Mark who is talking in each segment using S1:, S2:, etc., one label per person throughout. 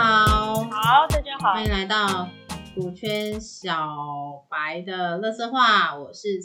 S1: 好，
S2: 大家好，
S1: 欢迎来到股圈小白的垃圾话，我是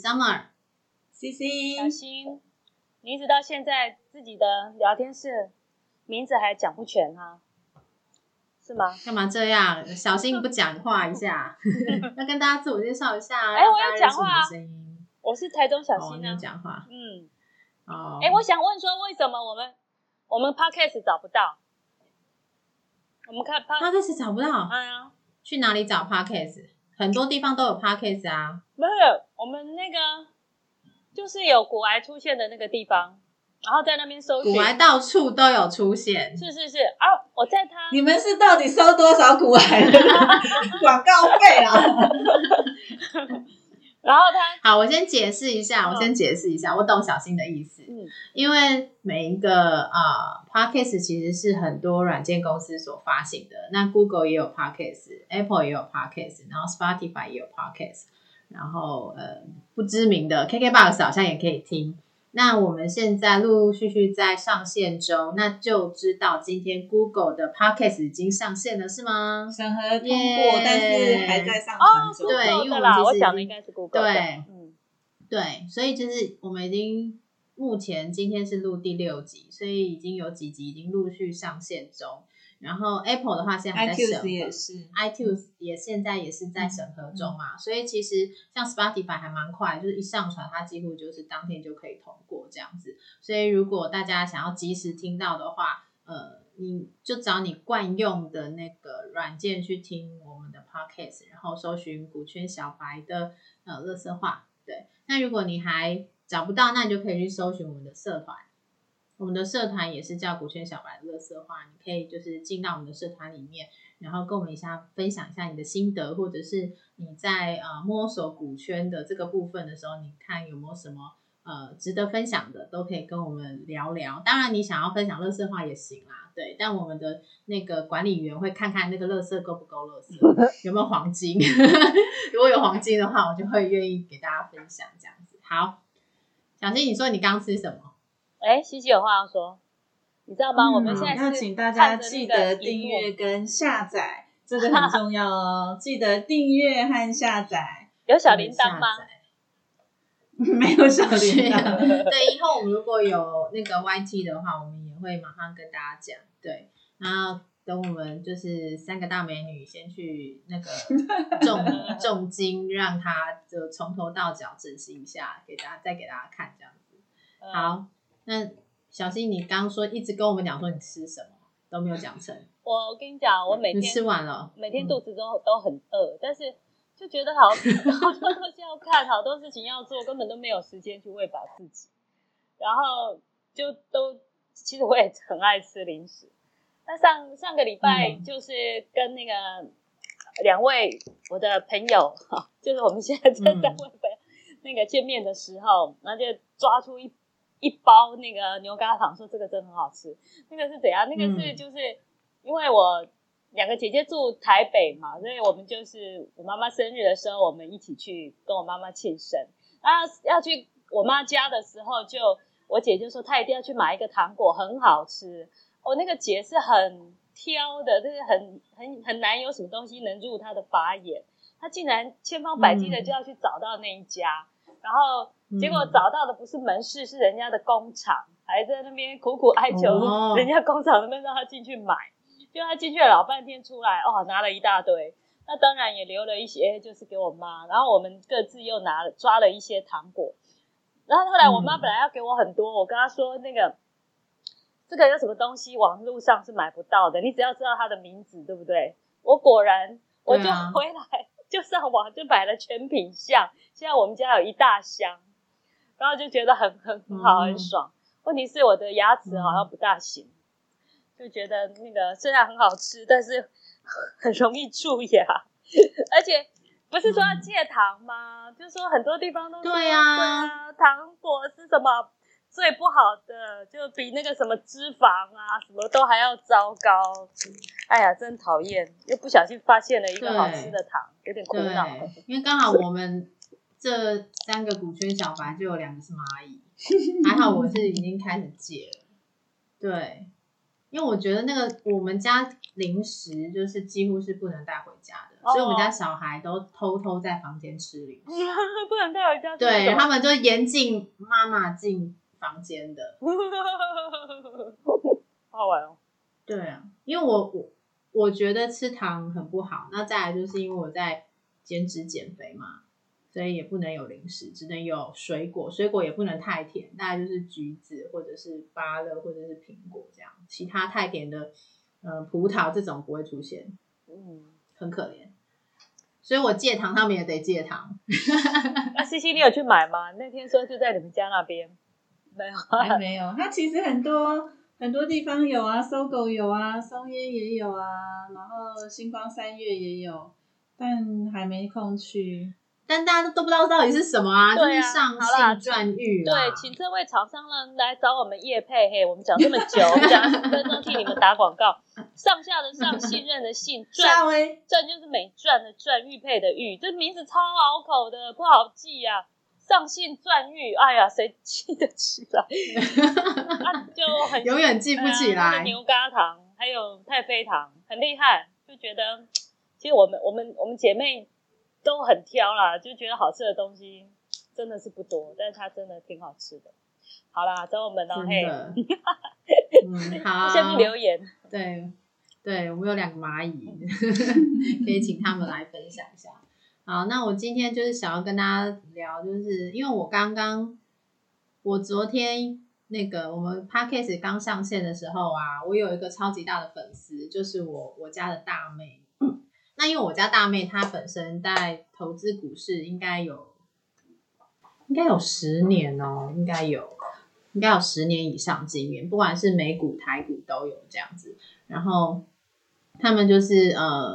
S1: Summer。CC
S2: 小新，你一直到现在自己的聊天室名字还讲不全啊，是吗？
S1: 干嘛这样？小新不讲话一下，要跟大家自我介绍一下。
S2: 我有讲话啊，
S1: 声音。
S2: 我是台中小新啊。
S1: 你有讲话。
S2: 我想问说，为什么我们 podcast 找不到？我们看
S1: podcast 找不到。去哪里找 podcast？ 很多地方都有 podcast 啊。
S2: 没有，我们那个就是有股癌出现的那个地方，然后在那边搜寻。
S1: 股癌到处都有出现。
S2: 是啊，我在它。
S3: 你们是到底收多少股癌的广告费啊？
S2: 然后
S1: 好，我先解释一下，我懂小新的意思。因为每一个podcast 其实是很多软件公司所发行的，那 Google 也有 podcast，Apple 也有 podcast， 然后 Spotify 也有 podcast， 然后不知名的 KKBOX 好像也可以听。那我们现在陆陆续续在上线中，那就知道今天 Google 的 podcast 已经上线了，是吗？
S3: 审核通过，但是还在上传中。
S1: 对，因为
S2: 我想的应该是 Google。
S1: 对，所以就是我们已经目前今天是录第6集，所以已经有几集已经陆续上线中。然后 Apple 的话现在还在审核 ，iTunes 也现在也是在审核中嘛，所以其实像 Spotify 还蛮快，就是一上传它几乎就是当天就可以通过这样子。所以如果大家想要及时听到的话，你就找你惯用的那个软件去听我们的 podcast， 然后搜寻股圈小白的垃圾话。对，那如果你还找不到，那你就可以去搜寻我们的社团。我们的社团也是叫股圈小白的垃圾话，你可以就是进到我们的社团里面，然后跟我们分享一下你的心得，或者是你在摸索股圈的这个部分的时候，你看有没有什么值得分享的，都可以跟我们聊聊。当然你想要分享垃圾话也行啦，对，但我们的那个管理员会看看那个垃圾够不够垃圾，有没有黄金。如果有黄金的话，我就会愿意给大家分享这样子。好，小新，你说你刚吃什么？
S2: 西西有话要说，你知道吗？我们现在是
S3: 要请大家记得订阅跟下载，这个很重要哦。记得订阅和下载。
S2: 有小铃铛吗？
S3: 没有小铃铛。
S1: 对，以后我们如果有那个 YT 的话，我们也会马上跟大家讲。对，然后等我们就是3个大美女先去那个重金，让她就从头到脚整形一下，再给大家看这样子。好。那小新，你刚刚说一直跟我们讲说你吃什么都没有讲成。
S2: 我跟你讲，我每天
S1: 你吃完了，
S2: 每天肚子都很饿，但是就觉得好多东西要看，好多事情要做，根本都没有时间去喂饱自己。然后其实我也很爱吃零食。那上个礼拜就是跟那个2位我的朋友，就是我们现在在单位那个见面的时候，然后就抓出一包那个牛轧糖，说这个真的很好吃。那个是怎样？那个是就是因为我2个姐姐住台北嘛，所以我们就是我妈妈生日的时候，我们一起去跟我妈妈庆生。然后要去我妈家的时候，我姐就说她一定要去买一个糖果，很好吃。那个姐是很挑的，就是很难有什么东西能入她的法眼。她竟然千方百计的就要去找到那一家，然后结果找到的不是门市，是人家的工厂，还在那边苦苦哀求人家工厂那边让他进去买。就他进去了老半天出来，拿了一大堆。那当然也留了一些就是给我妈，然后我们各自又抓了一些糖果。然后后来我妈本来要给我很多，我跟她说这个有什么东西网络上是买不到的，你只要知道它的名字，对不对？我果然我就回来就上网就买了全品项，现在我们家有一大箱，然后就觉得很好，很爽。问题是我的牙齿好像不大行，就觉得那个虽然很好吃，但是很容易蛀牙，而且不是说要戒糖吗？就是说很多地方都说对啊，糖果是什么最不好的，就比那个什么脂肪啊什么都还要糟糕。哎呀，真讨厌！又不小心发现了一个好吃的糖，有点苦恼。
S1: 因为刚好我们这3个股圈小白就有2个是蚂蚁，还好我是已经开始戒了。对， 因为我觉得那个我们家零食就是几乎是不能带回家的，所以我们家小孩都偷偷在房间吃零食，
S2: 不能带回家。
S1: 对，他们就严禁妈妈进房间的。
S2: 好玩哦。
S1: 对啊，因为我觉得吃糖很不好，那再来就是因为我在减脂减肥嘛，所以也不能有零食，只能有水果，水果也不能太甜，大概就是橘子或者是芭乐或者是苹果这样，其他太甜的葡萄这种不会出现，很可怜。所以我戒糖，他们也得戒糖。
S2: 那CC你有去买吗？那天说就在你们家那边。没有，
S3: 还没有。它其实很多地方有啊，搜狗有啊，松烟也有啊，然后星光三月也有，但还没空去。
S1: 但大家都不知道到底是什么啊，就是上信馔玉
S2: 对，请这位厂商呢来找我们业配，嘿，我们讲这么久，我们讲10分钟替你们打广告。上下的上，信任的信，馔就是美馔的馔，玉佩的玉，这名字超拗口的，不好记啊。上信馔玉，哎呀，谁记得起来？就很
S1: 永远记不起来。
S2: 牛轧糖还有太妃糖很厉害，就觉得其实我们姐妹都很挑啦，就觉得好吃的东西真的是不多，但是它真的挺好吃的。好啦，找我们哦，嘿，
S1: 好，
S2: 下面留言。
S1: 对，我们有2个蚂蚁，可以请他们来分享一下。好，那我今天就是想要跟大家聊，就是因为我昨天那个我们 Podcast 刚上线的时候啊，我有一个超级大的粉丝，就是我家的大妹。那因为我家大妹她本身在投资股市应该有10年哦，应该有10年以上经验，不管是美股台股都有这样子。然后他们就是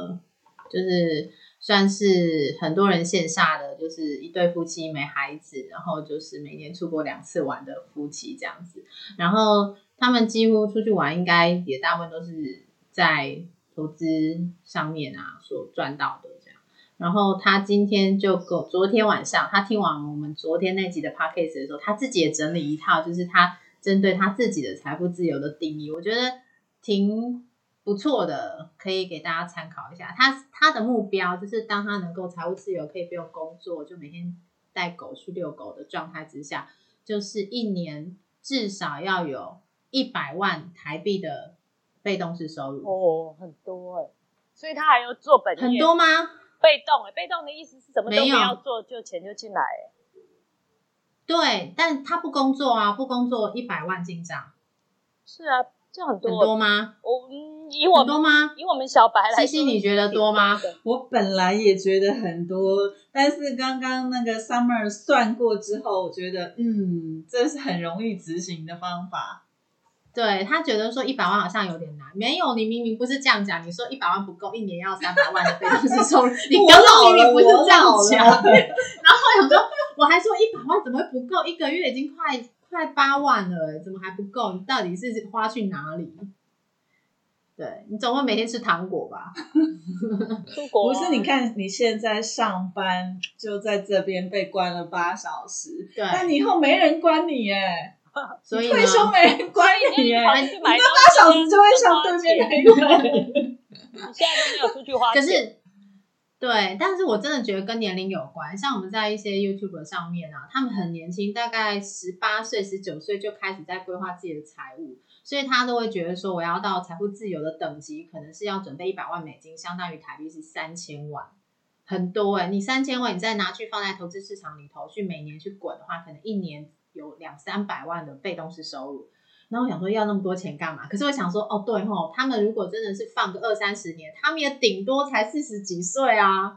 S1: 算是很多人线下的，就是一对夫妻没孩子，然后就是每年出国2次玩的夫妻这样子。然后他们几乎出去玩，应该也大部分都是在投资上面啊所赚到的这样。然后他今天昨天晚上，他听完我们昨天那集的 podcast 的时候，他自己也整理一套，就是他针对他自己的财富自由的定义，我觉得挺不错的，可以给大家参考一下。他的目标就是当他能够财务自由，可以不用工作，就每天带狗去遛狗的状态之下，就是1年至少要有100万台币的被动式收入。
S2: 哦，很多欸，所以他还有做本业。
S1: 很多吗？
S2: 被动的意思是什么都不要做，就钱就进来欸。
S1: 对，但他不工作啊，不工作100万进账。
S2: 是啊，这很多。
S1: 很多吗？
S2: 很多吗？以我们小白来说，
S1: 西西你觉得多吗？
S3: 我本来也觉得很多，但是刚刚那个 Summer 算过之后，我觉得这是很容易执行的方法。
S1: 对，他觉得说100万好像有点难，没有，你明明不是这样讲，你说100万不够，1年要300万的被动式收入，你刚刚明明不是这样讲，然后我想说，我还说100万怎么会不够？1个月已经快8万了，怎么还不够？你到底是花去哪里？对，你总会每天吃糖果吧？
S2: 出国
S3: 不是，你看你现在上班就在这边被关了8小时，
S1: 对，
S3: 那你以后没人关你耶。
S1: 所以
S3: 退休没人关你耶，你
S2: 这
S3: 8小时就会像对面那个人。
S2: 你现在都没有出去花钱。
S1: 可是，对，但是我真的觉得跟年龄有关。像我们在一些 YouTube 上面啊，他们很年轻，大概18岁、19岁就开始在规划自己的财务，所以他都会觉得说，我要到财富自由的等级，可能是要准备100万美金，相当于台币是3000万，很多你3000万，你再拿去放在投资市场里头，去每年去滚的话，可能1年有200-300万的被动式收入。然后我想说要那么多钱干嘛？可是我想说，对齁，他们如果真的是放个20-30年，他们也顶多才40几岁啊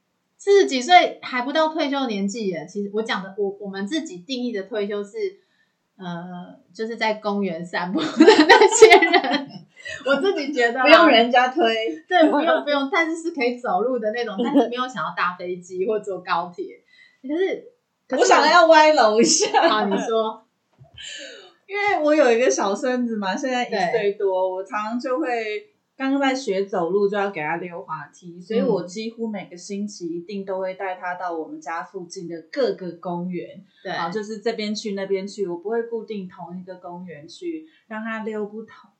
S1: ，40几岁还不到退休年纪耶。其实我讲的，我们自己定义的退休是，就是在公园散步的那些人。我自己觉得
S3: 不用人家推，
S1: 对，不用，但是是可以走路的那种，但是没有想要搭飞机或坐高铁。可是
S3: 我想要歪楼一下。
S1: 好，你说。
S3: 因为我有一个小孙子嘛，现在1岁多，我常常就会刚刚在学走路，就要给他溜滑梯，所以我几乎每个星期一定都会带他到我们家附近的各个公园，
S1: 对，
S3: 就是这边去那边去，我不会固定同一个公园去，让他溜不同。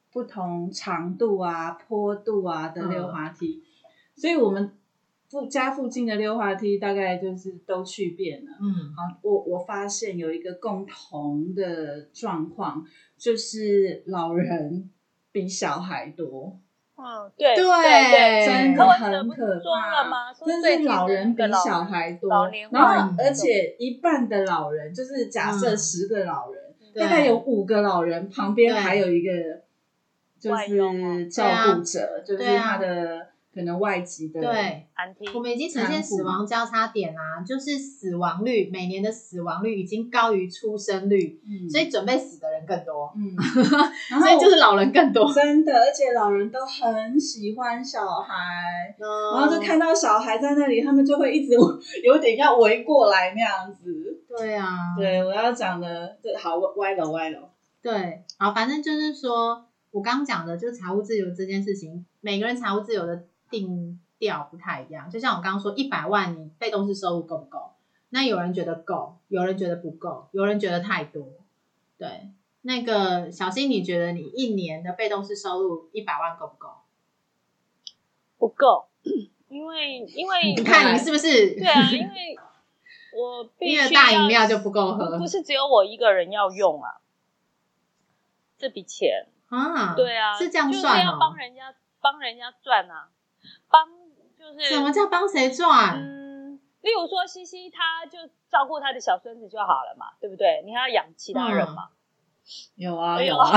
S3: 不同长度啊、坡度啊的溜滑梯，所以我们家附近的溜滑梯大概就是都去遍了。好，我发现有一个共同的状况，就是老人比小孩多。
S2: 对，
S3: 真的很可怕，真是老人比小孩多，然后而且一半的老人，就是假设10个老人，大概有5个老人旁边还有一个就是照顾者，就是他的可能外籍的。
S1: 对，我们已经呈现死亡交叉点啊，就是死亡率每年的死亡率已经高于出生率，所以准备死的人更多，所以就是老人更多，
S3: 真的，而且老人都很喜欢小孩，然后就看到小孩在那里，他们就会一直有点要围过来那样子。
S1: 对啊，
S3: 对，我要讲的好歪楼。
S1: 对，好，反正就是说我刚讲的，就是财务自由这件事情，每个人财务自由的定调不太一样。就像我刚刚说，100万你被动式收入够不够？那有人觉得够，有人觉得不够，有人觉得太多。对，那个小新，你觉得你1年的被动式收入100万够不够？
S2: 不够，因为
S1: 你看你是不是？
S2: 对啊，因为我必须
S1: 大饮料就不够喝，
S2: 不是只有我一个人要用啊，这笔钱
S1: 啊，
S2: 对啊，
S1: 是这样算
S2: 就是要帮人家赚啊，就是
S1: 什么叫帮谁赚？
S2: 例如说西西他就照顾他的小孙子就好了嘛，对不对？你还要养其他人嘛？
S3: 有啊。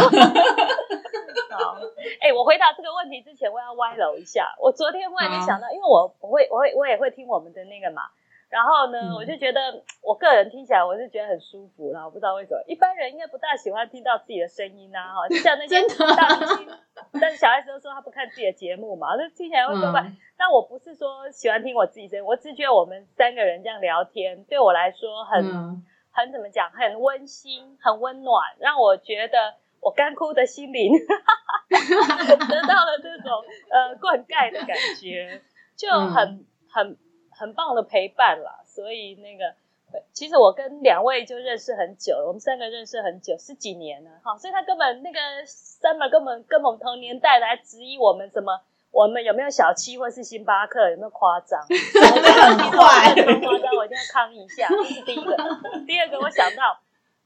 S2: 好，我回答这个问题之前，我要歪楼一下。我昨天忽然就想到，因为我也会听我们的那个嘛，然后呢，我就觉得我个人听起来我是觉得很舒服啦，我不知道为什么，一般人应该不大喜欢听到自己的声音啊，就像那些大明星，但是小孩子都说他不看自己的节目嘛，就听起来会怪怪。但我不是说喜欢听我自己声音，我只觉得我们3个人这样聊天，对我来说很怎么讲，很温馨，很温暖，让我觉得我干枯的心灵得到了这种灌溉的感觉，就很棒的陪伴啦。所以那个其实我跟2位就认识很久了，我们3个认识很久，10几年了哈，所以他根本那个 Summer 根本跟我们同年代来质疑我们什么，我们有没有小七或是星巴克，有没有夸张？
S3: 真的很坏，
S2: 夸张，我一定要抗议一下。这是第一个。第二个，我想到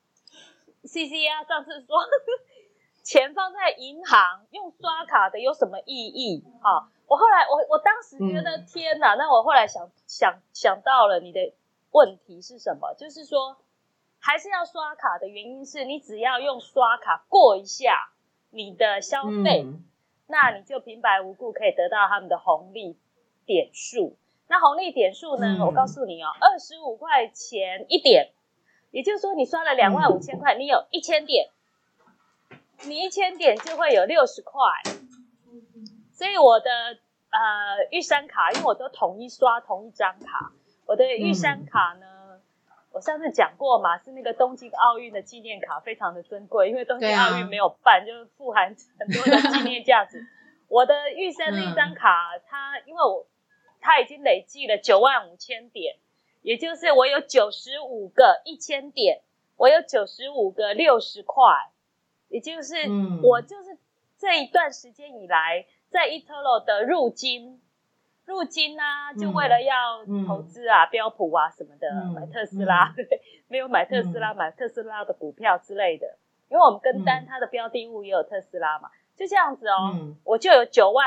S2: CC 啊，上次说钱放在银行用刷卡的有什么意义？我后来我当时觉得天哪，那我后来想到了你的问题是什么？就是说还是要刷卡的原因是你只要用刷卡过一下你的消费，那你就平白无故可以得到他们的红利点数。那红利点数呢，我告诉你哦，25块钱1点，也就是说你刷了25000块，你有1000点，你1000点就会有60块。所以我的玉山卡，因为我都统一刷同一张卡，我的玉山卡呢，我上次讲过嘛，是那个东京奥运的纪念卡，非常的珍贵，因为东京奥运没有办，就富含很多的纪念价值。我的玉山那张卡，因为它已经累计了95000点，也就是我有95个1000点，我有95个60块，也就是我就是这一段时间以来在 eToro 的入金啊，就为了要投资啊，标普啊什么的，买特斯拉，没有买特斯拉，买特斯拉的股票之类的，因为我们跟单它的标的物也有特斯拉嘛，就这样子哦，我就有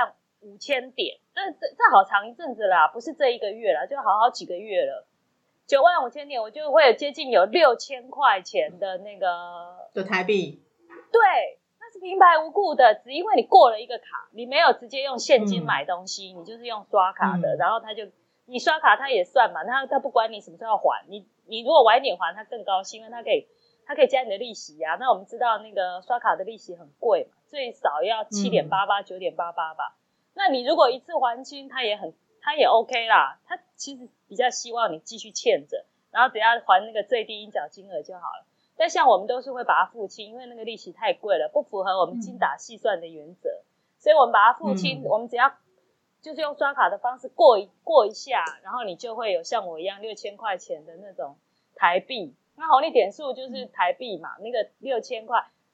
S2: 95000点，这好长一阵子啦，不是这一个月啦，就好几个月了。95000点，我就会有接近有6000块钱的那个
S1: 的台币，
S2: 对。是平白无故的，只因为你过了一个卡，你没有直接用现金买东西，你就是用刷卡的，然后你刷卡他也算嘛，他不管你什么时候还，你如果晚一点还他更高兴，因为他可以加你的利息啊。那我们知道那个刷卡的利息很贵嘛，最少要7.88 9.88吧。那你如果一次还清，他也 OK 啦，他其实比较希望你继续欠着，然后只要还那个最低应缴金额就好了。但像我们都是会把它付清，因为那个利息太贵了，不符合我们精打细算的原则，所以我们把它付清。我们只要就是用刷卡的方式过一下，然后你就会有像我一样6000块钱的那种台币。那红利点数就是台币嘛，那个6000块，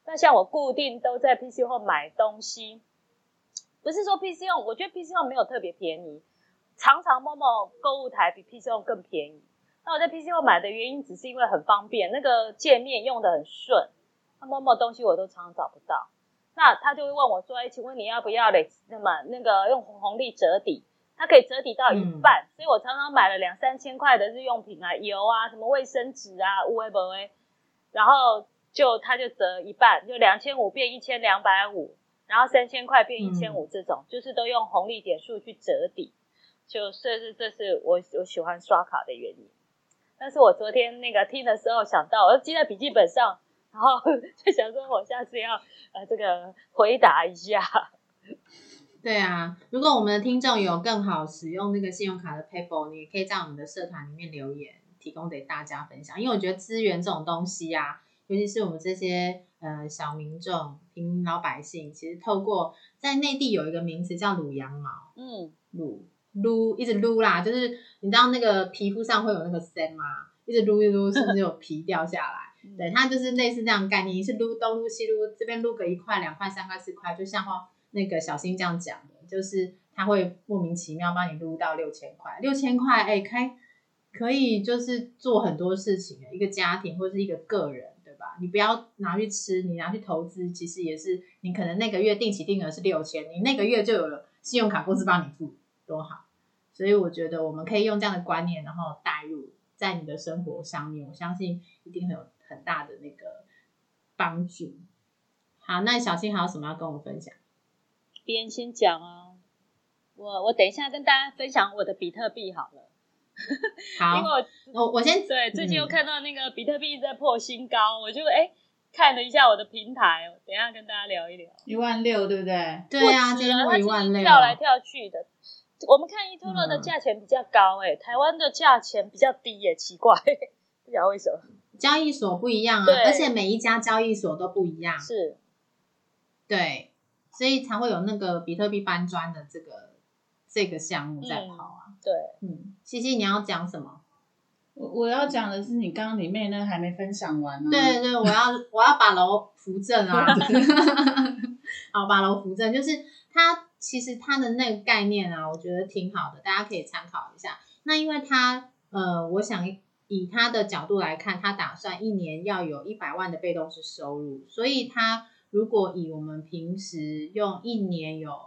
S2: 那像我固定都在 PC Home 买东西，不是说 PC Home， 我觉得 PC Home 没有特别便宜，常常 Momo 购物台比 PC Home 更便宜。那我在 PC Home 买的原因只是因为很方便，那个界面用得很顺，那 Momo 东西我都常常找不到。那他就会问我说，请问你要不要那个用红利折抵？它可以折抵到一半，所以我常常买了2-3千块的日用品啊，油啊，什么卫生纸啊，有的没的，然后它就折一半，就2500变1250，然后3000块变1500，这种就是都用红利点数去折抵，这是我喜欢刷卡的原因。但是我昨天那个听的时候想到，我记在笔记本上，然后就想说我下次要这个回答一下。
S1: 对啊，如果我们的听众有更好使用那个信用卡的 PayPal， 你也可以在我们的社团里面留言，提供给大家分享。因为我觉得资源这种东西啊，尤其是我们这些小民众、平民老百姓，其实透过在内地有一个名词叫撸羊毛，撸一直撸啦，就是你知道那个皮肤上会有那个线吗？一直撸一撸，甚至有皮掉下来。对，它就是类似这样的概念，你是撸东撸西撸，这边撸个1块、2块、3块、4块，就像那个小新这样讲的，就是他会莫名其妙帮你撸到6000块，6000块，可以就是做很多事情，一个家庭或是一个个人，对吧？你不要拿去吃，你拿去投资，其实也是你可能那个月定期定额是6000，你那个月就有了信用卡公司帮你付，多好。所以我觉得我们可以用这样的观念，然后带入在你的生活上面，我相信一定会有很大的那个帮助。好，那小新还有什么要跟我们分享？
S2: 别人先讲啊，我等一下跟大家分享我的比特币好了。
S1: 好，因为我先
S2: 对，最近又看到那个比特币在破新高，我就看了一下我的平台，等一下跟大家聊一聊。
S3: 16000对不对？
S1: 对啊，今天16000，
S2: 跳来跳去的。我们看eToro的价钱比较高台湾的价钱比较低奇怪，不知道为什么。
S1: 交易所不一样啊，而且每一家交易所都不一样。
S2: 是，
S1: 对，所以才会有那个比特币搬砖的这个项目在跑啊。
S2: 对，
S1: 西西你要讲什么？
S3: 我要讲的是你刚刚里面那还没分享完啊。
S1: 对对，我要把楼扶正啊。好，把楼扶正，就是其实它的那个概念啊，我觉得挺好的，大家可以参考一下。那因为我想以他的角度来看，他打算1年要有100万的被动式收入，所以他如果以我们平时用1年有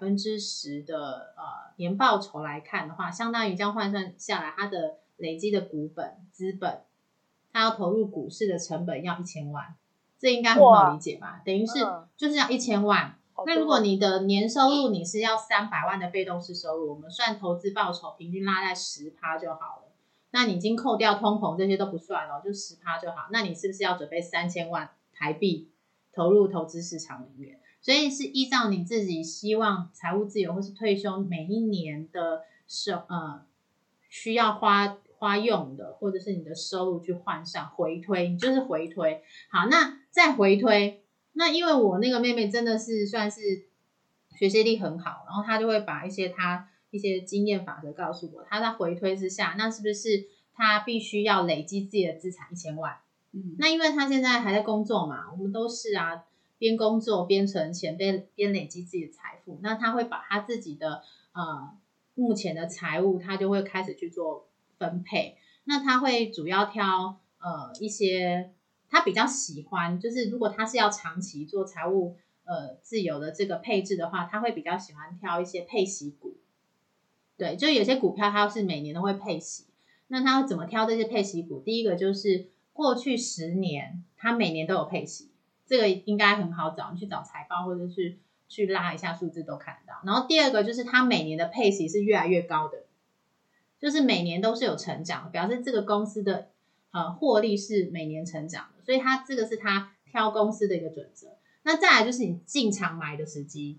S1: 10%的年报酬来看的话，相当于这样换算下来，他的累积的资本，他要投入股市的成本要1000万，这应该很好理解吧？等于是就是要1000万。那如果你的年收入你是要300万的被动式收入，我们算投资报酬平均拉在10%就好了。那你已经扣掉通膨这些都不算了，就10%就好。那你是不是要准备3000万台币投入投资市场里面？所以是依照你自己希望财务自由或是退休每一年的需要花用的，或者是你的收入去换算回推，你就是回推。好，那再回推。那因为我那个妹妹真的是算是学习力很好，然后她就会把她一些经验法则告诉我，她在回推之下，那是不是她必须要累积自己的资产1000万？那因为她现在还在工作嘛，我们都是啊，边工作边存钱，边累积自己的财富，那她会把她自己的目前的财务，她就会开始去做分配。那她会主要挑一些他比较喜欢，就是如果他是要长期做财务自由的这个配置的话，他会比较喜欢挑一些配息股。对，就有些股票它是每年都会配息，那他会怎么挑这些配息股？第一个就是过去10年他每年都有配息，这个应该很好找，你去找财报或者是去拉一下数字都看得到。然后第二个就是他每年的配息是越来越高的，就是每年都是有成长，表示这个公司的获利是每年成长的，所以这个是他挑公司的一个准则。那再来就是你进场买的时机，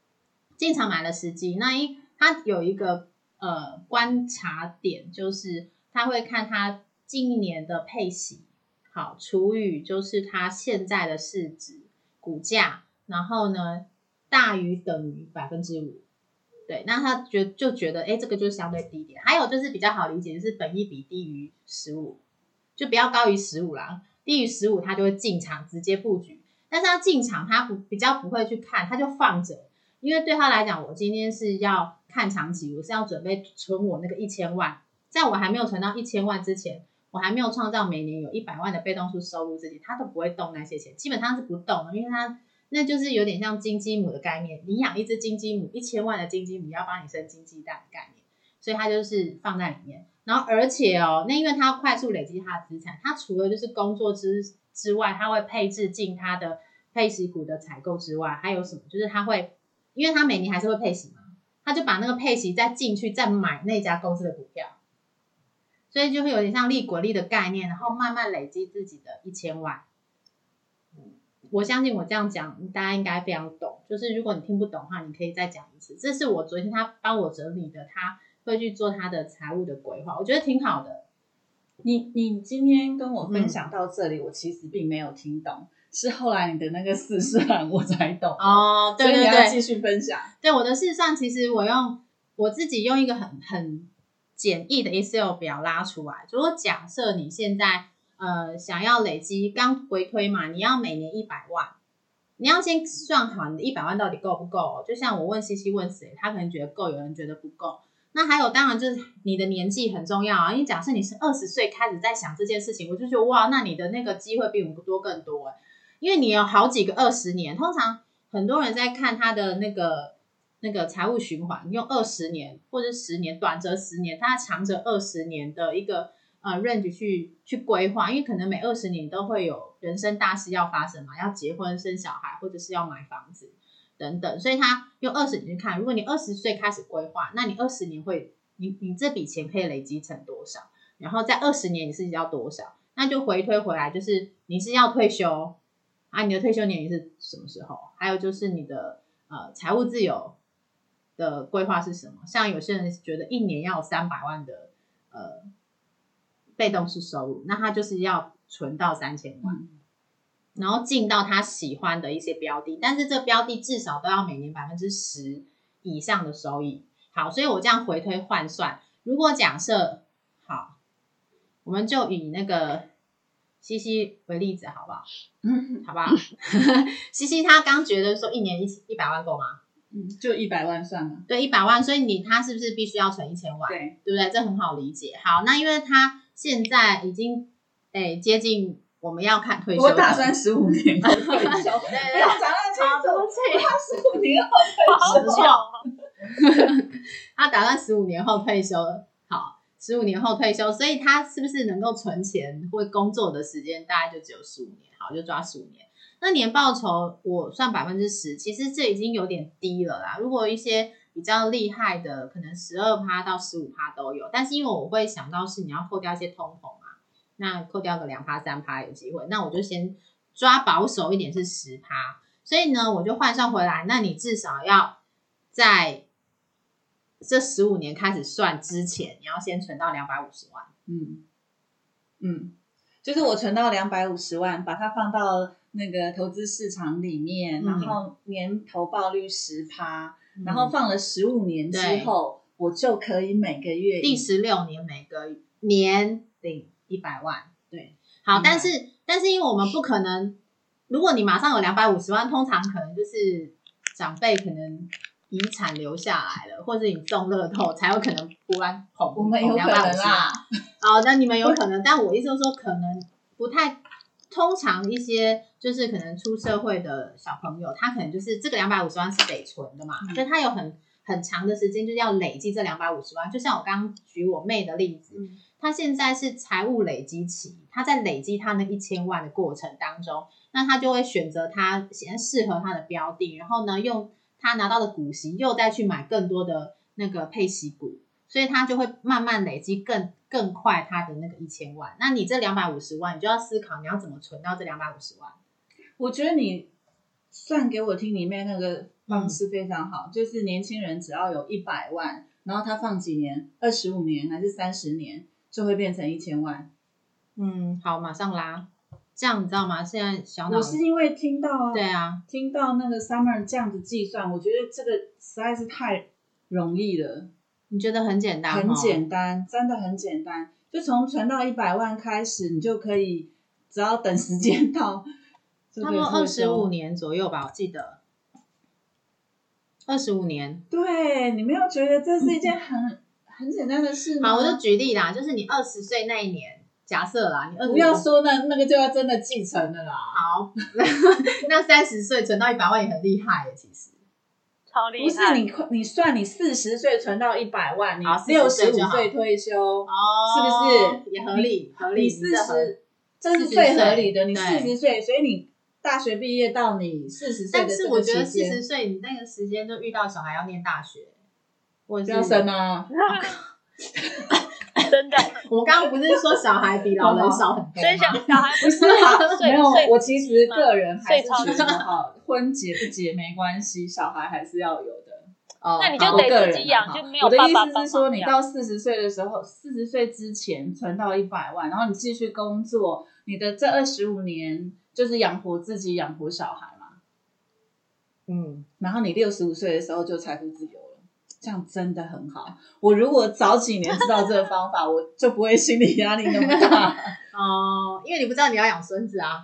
S1: 那他有一个观察点，就是他会看他近1年的配息，好除以就是他现在的市值股价，然后呢大于等于5%。对，那他就觉得这个就是相对低一点。还有就是比较好理解，就是本益比低于15，就不要高于15啦，低于15他就会进场直接布局。 但是他进场他比较不会去看，他就放着，因为对他来讲，我今天是要看长期，我是要准备存我那个1000万，在我还没有存到1000万之前，我还没有创造每年有100万的被动式收入之前，他都不会动那些钱，基本上是不动的，因为他那就是有点像金鸡母的概念，你养一只金鸡母，1000万的金鸡母要帮你生金鸡蛋的概念，所以他就是放在里面。然后而且那因为他要快速累积他的资产，他除了就是工作之外，他会配置进他的配息股的采购之外，还有什么？就是他会，因为他每年还是会配息嘛，他就把那个配息再进去，再买那家公司的股票，所以就会有点像利滚利的概念，然后慢慢累积自己的1000万。我相信我这样讲，大家应该非常懂。就是如果你听不懂的话，你可以再讲一次。这是我昨天他帮我整理的，他会去做他的财务的规划，我觉得挺好的。
S3: 你今天跟我分享到这里，我其实并没有听懂，是后来你的那个试算我才懂。
S1: 哦，对对对，
S3: 所以你要继续分享。
S1: 对，我的试算其实我自己用一个很简易的 Excel 表拉出来。如果假设你现在想要累积，刚回推嘛，你要每年100万，你要先算好你的100万到底够不够。就像我问西西问谁，他可能觉得够，有人觉得不够。那还有当然就是你的年纪很重要啊，因为假设你是20岁开始在想这件事情，我就觉得哇，那你的那个机会比我们多更多因为你有好几个20年，通常很多人在看他的那个财务循环，用20年或者10年，短则10年，他长则20年的一个range 去规划，因为可能每20年都会有人生大事要发生嘛，要结婚生小孩，或者是要买房子等等，所以他用20年去看，如果你20岁开始规划，那你20年会你这笔钱可以累积成多少，然后在20年你是要多少，那就回推回来，就是你是要退休啊，你的退休年龄是什么时候，还有就是你的财务自由的规划是什么。像有些人觉得一年要有300万的被动式收入，那他就是要存到3000万，然后进到他喜欢的一些标的，但是这标的至少都要每年10%以上的收益。好，所以我这样回推换算，如果假设好，我们就以那个西西为例子好不好？好不好？西西他刚觉得说一年100万够吗？
S3: 就100万算吗？
S1: 对，100万，所以他是不是必须要存1000万？
S3: 对，
S1: 对不对？这很好理解。好，那因为他现在已经接近我们要看退休的，
S3: 我打算15年后退休。
S1: 对，
S3: 不要讲那么清楚，他15年后
S1: 退休。他打算15年后退休。好，15年后退休，所以他是不是能够存钱或工作的时间大概就只有15年？好，就抓15年。那年报酬我算10%，其实这已经有点低了啦。如果一些比较厉害的，可能12%到15%都有，但是因为我会想到是你要扣掉一些通膨嘛，那扣掉个2%、3%有机会，那我就先抓保守一点是10%，所以呢，我就换算回来，那你至少要在这15年开始算之前，你要先存到250万。
S3: 就是我存到250万，把它放到那个投资市场里面，然后年投报率10%，然后放了15年之后，我就可以每个月
S1: 第16年每个年领100万。对，好，但是因为我们不可能，如果你马上有250万，通常可能就是长辈可能遗产留下来了，或者你中乐透才有可能突然捧
S3: 我们有可能啦。
S1: 那你们有可能，但我意思就是说可能不太，通常一些就是可能出社会的小朋友，他可能就是这个250万是得存的嘛，所以他有很长的时间就是要累积这250万。就像我刚刚举我妹的例子，她现在是财务累积期，她在累积她那1000万的过程当中，那她就会选择她现在适合她的标的，然后呢用她拿到的股息又再去买更多的那个配息股，所以她就会慢慢累积更快她的那个1000万。那你这250万，你就要思考你要怎么存到这250万。
S3: 我觉得你算给我听里面那个方式非常好，就是年轻人只要有100万，然后他放几年，25年还是30年，就会变成1000万。
S1: 好，马上拉。这样你知道吗？现在小脑
S3: 我是因为听到
S1: 对啊，
S3: 听到那个 Summer 这样子计算，我觉得这个实在是太容易了。
S1: 你觉得很简单？
S3: 很简单，真的很简单。就从存到100万开始，你就可以只要等时间到，
S1: 差不多25年左右吧，我记得25年。
S3: 对，你没有觉得这是一件很简单的事吗？
S1: 好，我就举例啦，就是你20岁那一年，假设啦，你20
S3: 不要说那个就要真的继承了啦。
S1: 好，那30岁存到100万也很厉害耶，其实。
S2: 超厉害。
S3: 不是你算你40岁存到100万，你65岁退休，
S1: 哦，
S3: 是不是
S1: 也合理？
S3: 你40，这是最合理的。你40岁，所以你大学毕业到你40岁的这个期间，
S1: 但是我觉得40岁你那个时间就遇到小孩要念大学，或者
S3: 不要生啊！
S2: 真的，
S1: 我们刚刚不是说小孩比老人少很多吗？
S2: 所以小孩
S3: 不是啊，没有。我其实个人还是
S2: 觉
S3: 得哈，婚结不结没关系，小孩还是要有的。
S2: 那你就得自己养，就没有爸爸帮忙养。
S3: 我的意思是说，你到40岁的时候，40岁之前存到100万，然后你继续工作，你的这25年就是养活自己，养活小孩嘛。然后你65岁的时候就财富自由了。这样真的很好。我如果早几年知道这个方法，我就不会心理压力那么大。
S1: 因为你不知道你要养孙子啊。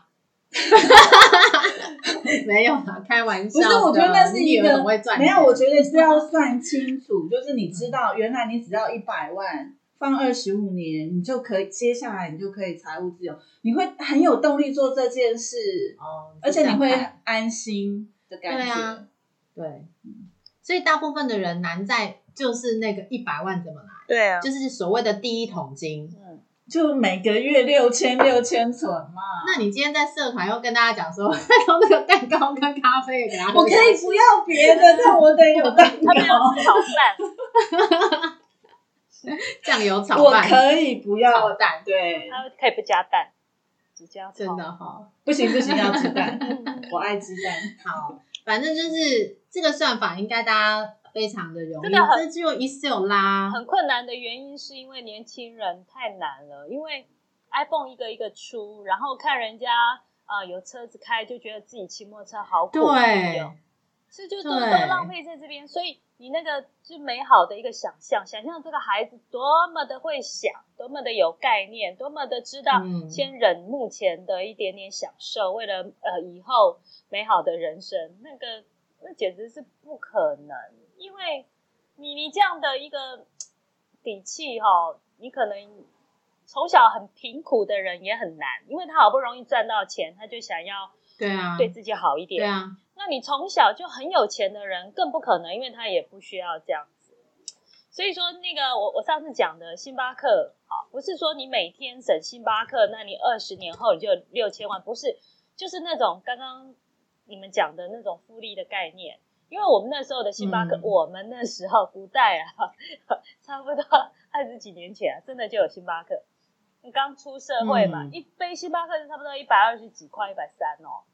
S1: 没有啦，开玩笑的。
S3: 不是，我觉得那是一个
S1: 很会赚钱。
S3: 没有，我觉得是要算清楚，就是你知道，原来你只要100万，放25年，你就可以，接下来你就可以财务自由，你会很有动力做这件事，而且你会安心的感觉。
S1: 对。所以大部分的人难在就是那个100万怎么来？
S2: 对啊，
S1: 就是所谓的第一桶金。
S3: 就每个月6000存嘛。
S1: 那你今天在社团又跟大家讲说，从那个蛋糕跟咖啡给大家，
S3: 我可以不要别的，但我得有蛋糕。
S2: 他没有吃炒饭，
S1: 酱油炒饭，
S3: 我可以不要
S1: 炒蛋，
S3: 对，
S2: 他可以不加蛋，只加
S1: 真的哈，
S3: 不行，要鸡蛋，我爱鸡蛋。
S1: 好，反正就是这个算法应该大家非常的容易，这就Excel啦。
S2: 很困难的原因是因为年轻人太难了，因为 iPhone 一个一个出，然后看人家有车子开，就觉得自己骑摩托车好苦哦，是就都浪费在这边，所以你那个是美好的一个想象这个孩子多么的会想，多么的有概念，多么的知道先忍目前的一点点享受，为了以后美好的人生，那简直是不可能。因为你这样的一个底气你可能从小很贫苦的人也很难，因为他好不容易赚到钱，他就想要对自己好一点。
S1: 对啊，
S2: 那你从小就很有钱的人更不可能，因为他也不需要这样子。所以说那个我上次讲的星巴克，不是说你每天省星巴克，那你20年后你就有6000万，不是，就是那种刚刚你们讲的那种复利的概念。因为我们那时候的星巴克，我们那时候古代差不多20几年前真的就有星巴克。你刚出社会嘛，一杯星巴克就差不多120几块，130哦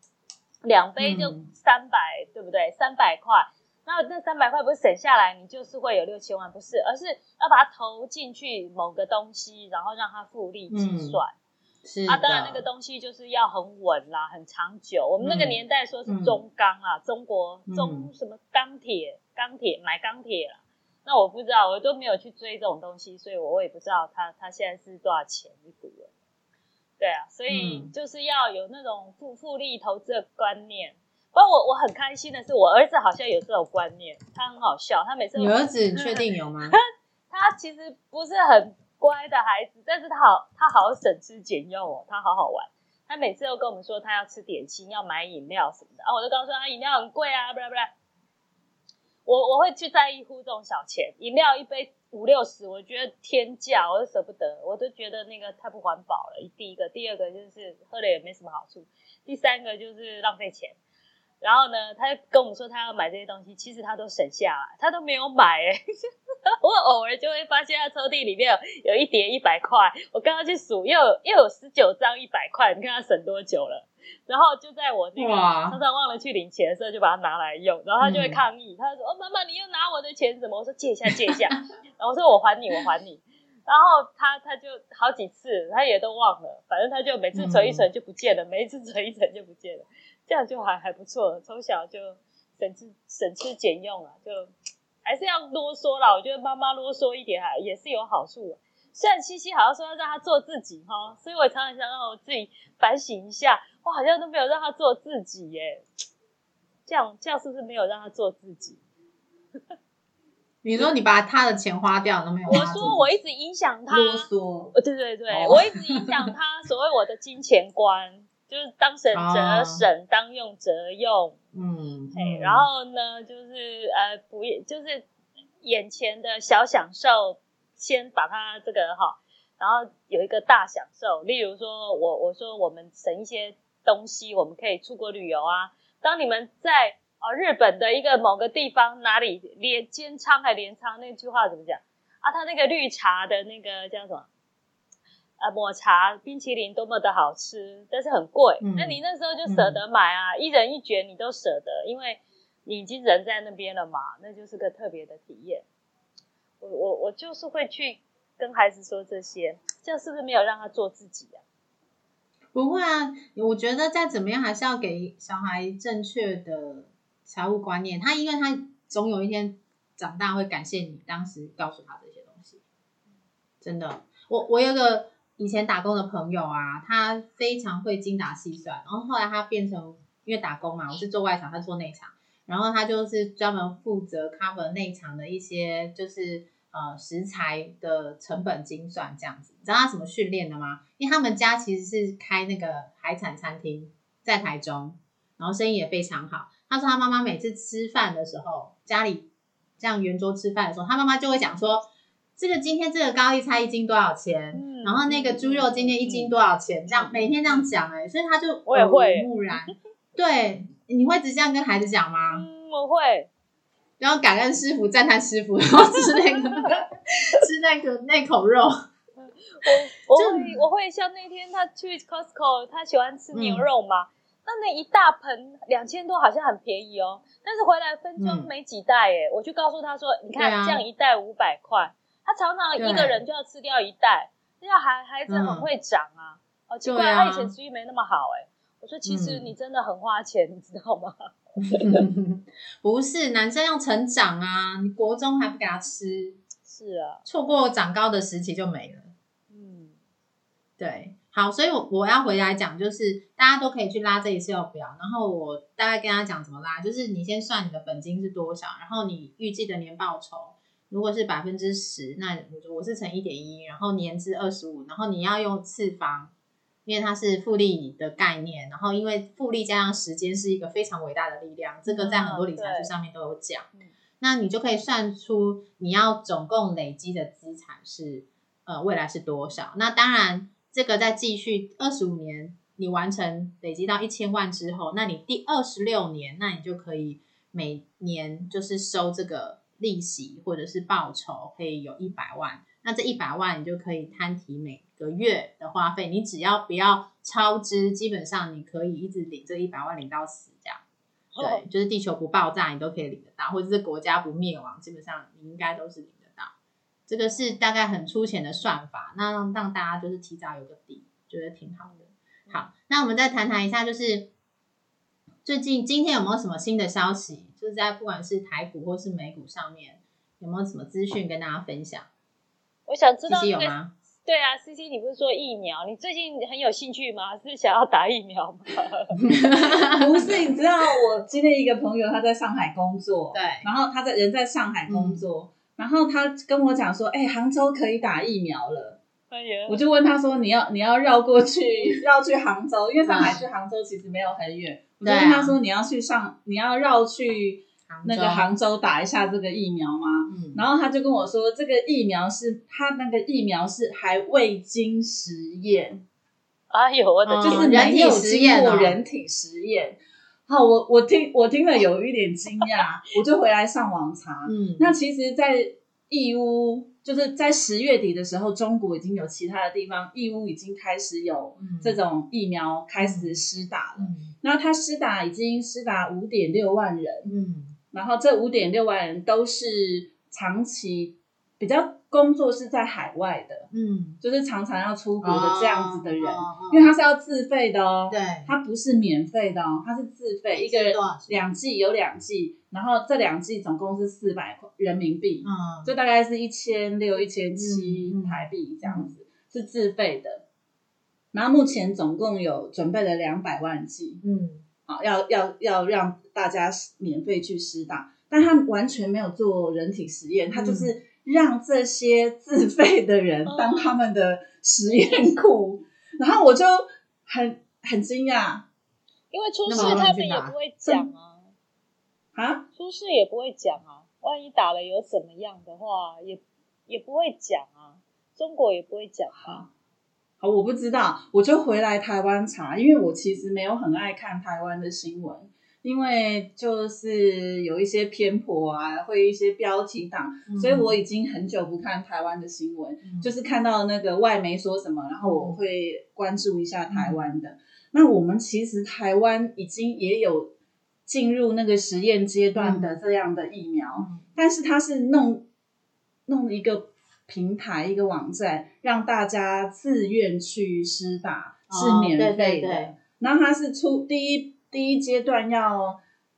S2: ，2杯就300，对不对？300块，那300块不是省下来，你就是会有6000万，不是，而是要把它投进去某个东西，然后让它复利计算。当然那个东西就是要很稳啦，很长久。我们那个年代说是中钢啦，中国什么钢铁买钢铁啦。那我不知道，我都没有去追这种东西，所以我也不知道它现在是多少钱一股了。对啊，所以就是要有那种复利投资的观念。不过我很开心的是，我儿子好像有这种观念，他很好笑，他每次
S1: 你儿子你确定有吗？
S2: 他其实不是很乖的孩子，但是他好省吃俭用他好好玩。他每次都跟我们说他要吃点心，要买饮料什么的我就告诉他饮料很贵啊，不啦不啦。我会去在意乎这种小钱，饮料一杯50-60，我觉得天价，我都舍不得，我都觉得那个太不环保了。第一个，第二个就是喝了也没什么好处，第三个就是浪费钱。然后呢，他跟我们说他要买这些东西，其实他都省下来，他都没有买我偶尔就会发现他抽屉里面有一叠100块，我刚刚去数，又有19张100块，你看他省多久了。然后就在我那个常常忘了去领钱的时候，就把它拿来用，然后他就会抗议，他说妈妈你又拿我的钱什么？我说借一下然后我说我还你然后他就好几次他也都忘了，反正他就每次存一存就不见了，每一次存一存就不见了，这样就还不错，从小就省吃俭用就还是要啰嗦啦，我觉得妈妈啰嗦一点也是有好处的。 虽然西西好像说要让他做自己哈，所以我常常想让我自己反省一下，我好像都没有让他做自己耶，这样是不是没有让他做自己？
S1: 你说你把他的钱花掉都没有？
S2: 我说我一直影响他，
S3: 啰嗦。
S2: 对，我一直影响他所谓我的金钱观，就是当省则省，当用则用。然后呢，就是就是眼前的小享受，先把它这个然后有一个大享受，例如说我说我们省一些东西，我们可以出国旅游啊。当你们在日本的一个某个地方哪里兼仓还镰仓，那句话怎么讲啊？他那个绿茶的那个叫什么抹茶冰淇淋多么的好吃，但是很贵，那你那时候就舍得买啊，一人一卷你都舍得，因为你已经人在那边了嘛，那就是个特别的体验。我就是会去跟孩子说这些，这样是不是没有让他做自己啊？
S1: 不会啊，我觉得再怎么样还是要给小孩正确的财务观念，因为他总有一天长大会感谢你当时告诉他这些东西。真的，我有个以前打工的朋友啊，他非常会精打细算，然后后来他变成因为打工嘛，我是做外场，他做内场，然后他就是专门负责 cover 内场的一些就是食材的成本精算这样子。你知道他怎么训练的吗？因为他们家其实是开那个海产餐厅在台中，然后生意也非常好。他说他妈妈每次吃饭的时候，家里这样圆桌吃饭的时候，他妈妈就会讲说，今天这个高丽菜1斤多少钱？然后那个猪肉今天1斤多少钱？这样每天这样讲所以他就
S2: 我也会
S1: 耳濡目染。对，你会直接这样跟孩子讲吗？
S2: 我会。
S1: 然后感恩师傅、赞叹师傅，然后吃那口肉。
S2: 我会像那天他去 Costco， 他喜欢吃牛肉嘛，那一大盆2000多好像很便宜哦，但是回来分装没几袋我就告诉他说，你看这样一袋500块，他常常一个人就要吃掉一袋，这样孩子很会长啊。奇怪，他以前食欲没那么好我说其实你真的很花钱，你知道吗？
S1: 不是，男生要成长啊，你国中还不给他吃，
S2: 是啊，
S1: 错过长高的时期就没了。对，好，所以我要回来讲，就是大家都可以去拉这Excel表，然后我大概跟他讲怎么拉，就是你先算你的本金是多少，然后你预计的年报酬如果是10%，那我是乘1.1，然后年资25，然后你要用次方，因为它是复利的概念，然后因为复利加上时间是一个非常伟大的力量，这个在很多理财书上面都有讲。那你就可以算出你要总共累积的资产是未来是多少。那当然这个再继续25年，你完成累积到1000万之后，那你第26年，那你就可以每年就是收这个利息或者是报酬，可以有100万。那这100万你就可以摊提每个月的花费，你只要不要超支，基本上你可以一直领这100万领到死这样。对，就是地球不爆炸你都可以领得到，或者是国家不灭亡，基本上你应该都是领得到。这个是大概很粗浅的算法，那让大家就是提早有个底，觉得挺好的。好，那我们再谈一下，就是最近今天有没有什么新的消息，就是在不管是台股或是美股上面有没有什么资讯跟大家分享？
S2: 我想知道
S1: CC有吗？
S2: 对啊 CC 你不是说疫苗，你最近很有兴趣吗？是想要打疫苗吗？
S3: 不是，你知道我今天一个朋友他在上海工作，
S1: 对，
S3: 然后他人在上海工作，然后他跟我讲说，杭州可以打疫苗了。我就问他说，你要绕过去，绕去杭州，因为上海去杭州其实没有很远。我就问他说，你要绕去那个杭州打一下这个疫苗吗？然后他就跟我说，这个疫苗是还未经实验。
S2: 哎呦我的天，
S3: 就是没有经过人体实验。好，我听了有一点惊讶，我就回来上网查。那其实在义乌，就是在10月底的时候，中国已经有其他的地方，义乌已经开始有这种疫苗开始施打了。然后他已经施打5.6万人。然后这5.6万人都是长期比较工作是在海外的，就是常常要出国的这样子的人，因为他是要自费的哦，
S1: 对，
S3: 他不是免费的哦，他是自费，一个人2季有2季，然后这2季总共是400人民币，就大概是1600、1700台币这样子，是自费的。然后目前总共有准备了200万剂，好，要让大家免费去施打，但他完全没有做人体实验，他就是让这些自费的人当他们的实验库，然后我就很惊讶，
S2: 因为出事他们也不会讲
S3: 啊，
S2: 出事也不会讲啊，万一打了有怎么样的话，也不会讲啊，中国也不会讲啊。
S3: 好，我不知道，我就回来台湾查，因为我其实没有很爱看台湾的新闻，因为就是有一些偏颇啊，会一些标题党，所以我已经很久不看台湾的新闻，就是看到那个外媒说什么，然后我会关注一下台湾的。那我们其实台湾已经也有进入那个实验阶段的这样的疫苗，但是它是弄一个平台一个网站，让大家自愿去施打，是免费的。对，然后它是出第一阶段要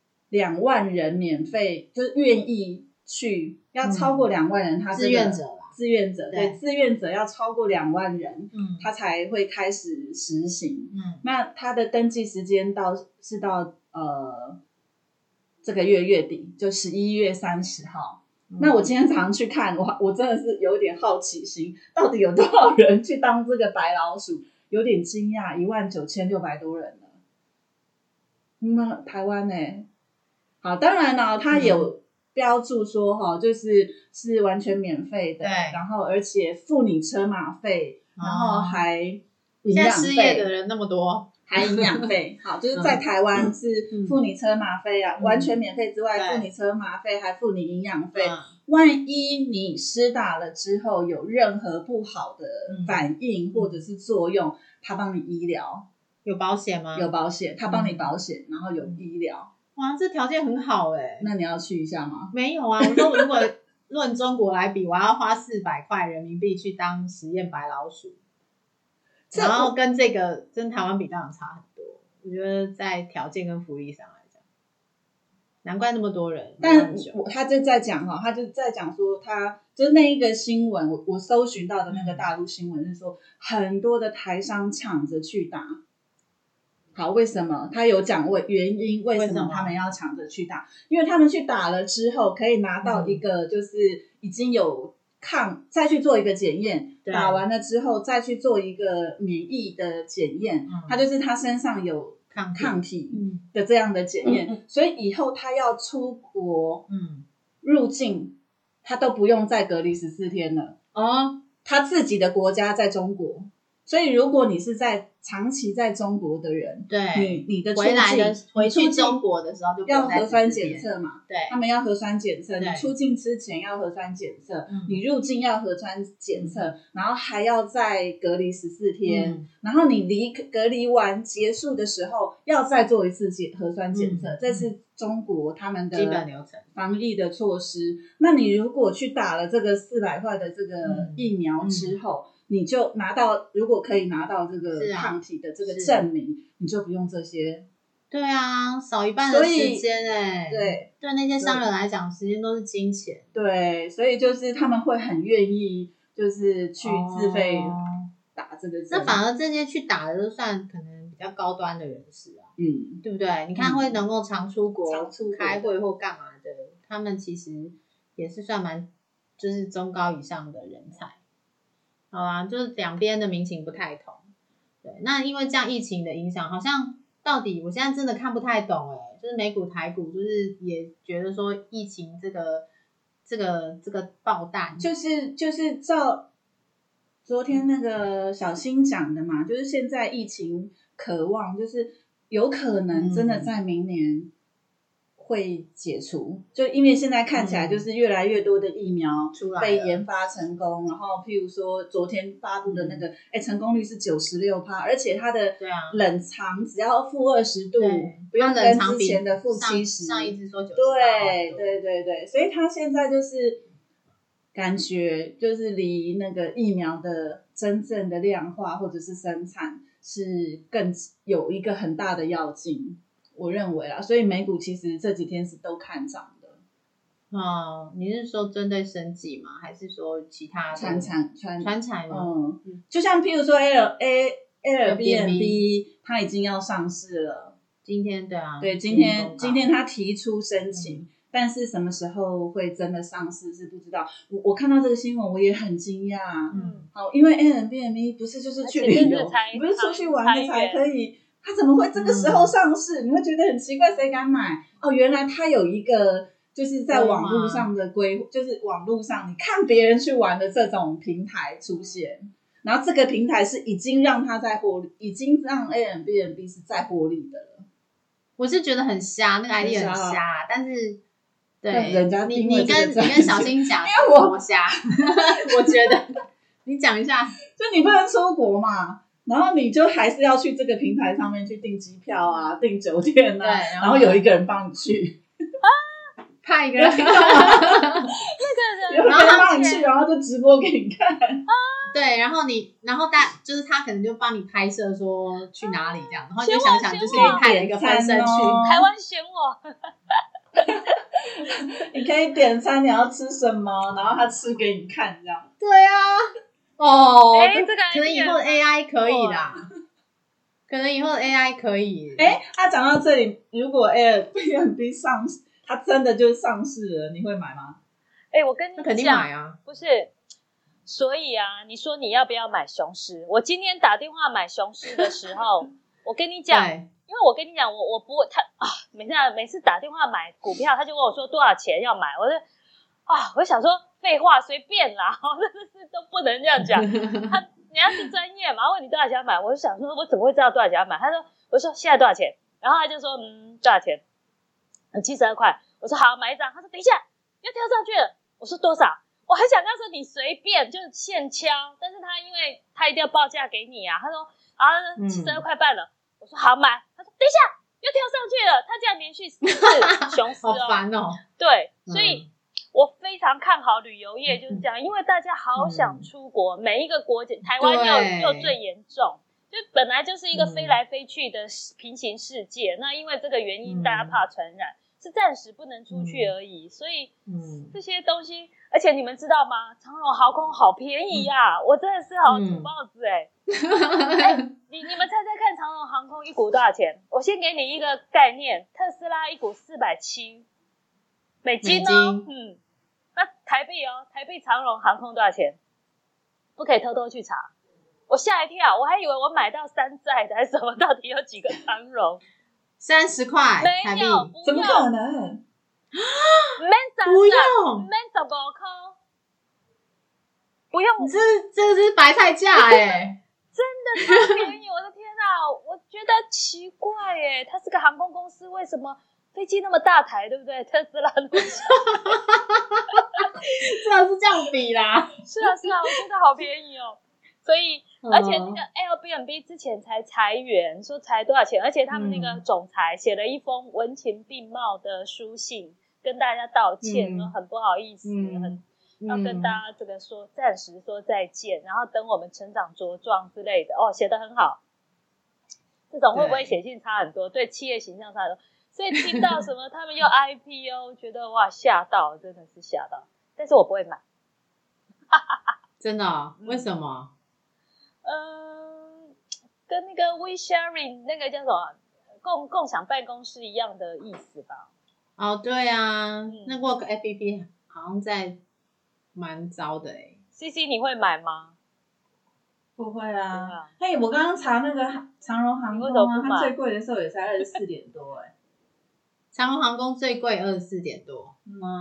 S3: 2万人免费，就是愿意去，要超过2万人，他
S1: 志愿者
S3: 对，志愿者要超过2万人，他才会开始实行。那他的登记时间是到这个月底，就11月30号。那我今天早上去看，我真的是有点好奇心，到底有多少人去当这个白老鼠？有点惊讶，19600多人了。那台湾呢？好，当然了，它有标注说就是完全免费的，
S1: 对，
S3: 然后而且付你车马费，然后还营养费。
S1: 现在失业的人那么多。
S3: 还营养费，好，就是在台湾是付你车马费啊，完全免费之外，付你车马费，还付你营养费。万一你施打了之后有任何不好的反应或者是作用，他帮你医疗。
S1: 有保险吗？
S3: 有保险，他帮你保险，然后有医疗。
S1: 哇，这条件很好欸。
S3: 那你要去一下吗？
S1: 没有啊，我说如果论中国来比，我要花400块人民币去当实验白老鼠。然后跟这个跟台湾比当然差很多，我觉得在条件跟福利上来讲，难怪那么多人。
S3: 但他就在讲说，他就是那一个新闻，我搜寻到的那个大陆新闻是说，很多的台商抢着去打。好，为什么？他有讲原因，为什么他们要抢着去打？因为他们去打了之后，可以拿到一个就是已经有再去做一个检验，打完了之后再去做一个免疫的检验，它就是他身上有抗体的这样的检验，所以以后他要出国入境，他都不用再隔离14天了。他自己的国家在中国，所以如果你是长期在中国的人，
S1: 对，
S3: 你的
S1: 回去中国的时候就
S3: 要核酸检测嘛，
S1: 对，
S3: 他们要核酸检测，你出境之前要核酸检测，你入境要核酸检测，然后还要再隔离14天，然后你隔离完结束的时候要再做一次核酸检测，这是中国他们的
S1: 基本流程
S3: 防疫的措施。那你如果去打了这个400块的这个疫苗之后，你就如果可以拿到这个抗体的这个证明，你就不用这些。
S1: 对啊，少一半的时间
S3: 对
S1: 那些商人来讲，时间都是金钱。
S3: 对，所以就是他们会很愿意，就是去自费打这个针。
S1: 那反而这些去打的都算可能比较高端的人士啊，对不对？你看会能够常出国开会或干嘛的，他们其实也是算就是中高以上的人才。好啊，就是两边的民情不太同。对，那因为这样疫情的影响，好像到底我现在真的看不太懂就是美股台股，就是也觉得说疫情这个爆弹，
S3: 就是照昨天那个小新讲的嘛，就是现在疫情渴望，就是有可能真的在明年会解除，就因为现在看起来就是越来越多的疫苗被研发成功，然后譬如说昨天发布的那个成功率是96%，而且它的冷藏只要-20度，不用跟之前的-70%，
S1: 上一次说90%，
S3: 对，所以它现在就是感觉就是离那个疫苗的真正的量化或者是生产是更有一个很大的要进，我认为啦，所以美股其实这几天是都看涨的。
S1: 你是说针对生技吗？还是说其他的
S3: 传产就像譬如说 Airbnb 它已经要上市了，
S1: 今天对啊，
S3: 对，今天它提出申请，但是什么时候会真的上市是不知道。我看到这个新闻我也很惊讶，好，因为 Airbnb 不是就是去旅游，你不是出去玩的才可以，它怎么会这个时候上市？你会觉得很奇怪，谁敢买？原来它有一个。就是在网络上的就是网络上你看别人去玩的这种平台出现，然后这个平台是已经让他在获利，已经让 Airbnb 是在获利的了。
S1: 我是觉得很瞎，那个 idea 很瞎，但是对
S3: 人家
S1: 你跟小新讲，因为我瞎，我觉得你讲一下，
S3: 就你不能出国嘛。然后你就还是要去这个平台上面去订机票啊，订酒店啊，然后有一个人帮你去。
S1: 派一个人，那个人，
S3: 然后他帮你去，然后就直播给你看。
S1: 对，然后就是他可能就帮你拍摄说去哪里这样，然后你就想就是你派了一个分身去
S2: 台湾选我。
S3: 你可以点餐，你要吃什么，然后他吃给你看这样。
S1: 对啊，
S2: 这个
S1: 可能以后的 AI 可以啦。可能以后的 AI 可以。
S3: 他讲到这里，如果 Airbnb 上市。它真的就上市了，你会买吗？
S2: 我跟你讲，
S1: 肯定买啊。
S2: 不是，所以啊，你说你要不要买雄狮？我今天打电话买雄狮的时候，我跟你讲，因为我跟你讲，我不会，每次打电话买股票，他就跟我说多少钱要买，我就想说废话，随便啦，真的是都不能这样讲。人家是专业嘛，问你多少钱要买，我就想说，我怎么会知道多少钱要买？我说现在多少钱？然后他就说多少钱？72块，我说好，买一张。他说等一下要跳上去了，我说多少？我还想跟他说你随便，就是现敲，但是他因为他一定要报价给你啊，他说72块半了，我说好买。他说等一下又跳上去了，他这样连续4次雄狮
S1: 好烦哦。
S2: 对，所以我非常看好旅游业，就是这样，因为大家好想出国，每一个国家，台湾又最严重。就本来就是一个飞来飞去的平行世界，那因为这个原因，大家怕传染，是暂时不能出去而已。所以这些东西，而且你们知道吗？长荣航空好便宜呀，我真的是好土包子你们猜猜看，长荣航空一股多少钱？我先给你一个概念，特斯拉一股470美金哦。那台币长荣航空多少钱？不可以偷偷去查。我吓一跳，我还以为我买到山寨的还是什么，到底有几个长荣
S1: ？30块台币？
S3: 怎么可能？
S1: 不用
S2: ，15块，不用。
S1: 这是白菜价
S2: 真的超便宜！我的天哪，我觉得奇怪它是个航空公司，为什么飞机那么大台，对不对？特斯拉那么小，
S1: 最好是这样比啦。
S2: 是啊，我觉得好便宜哦。所以，而且那个 Airbnb 之前才裁员，说裁多少钱，而且他们那个总裁写了一封文情并茂的书信，跟大家道歉，很不好意思，要跟大家这个暂时说再见，然后等我们成长茁壮之类的。写得很好。这种会不会写信差很多？对企业形象差很多。所以听到什么他们又 IPO， 觉得哇吓到，真的是吓到。但是我不会买。
S1: 真的？为什么？
S2: 跟那个 WeSharing 那个叫什么共享办公室一样的意思吧。
S1: 对啊，那 Work APP 好像在蛮糟的
S2: CC 你会买吗？
S3: 不会啊。我刚刚查那个长荣航空它最贵的时候也才24点多
S1: 长荣航空最贵24点多。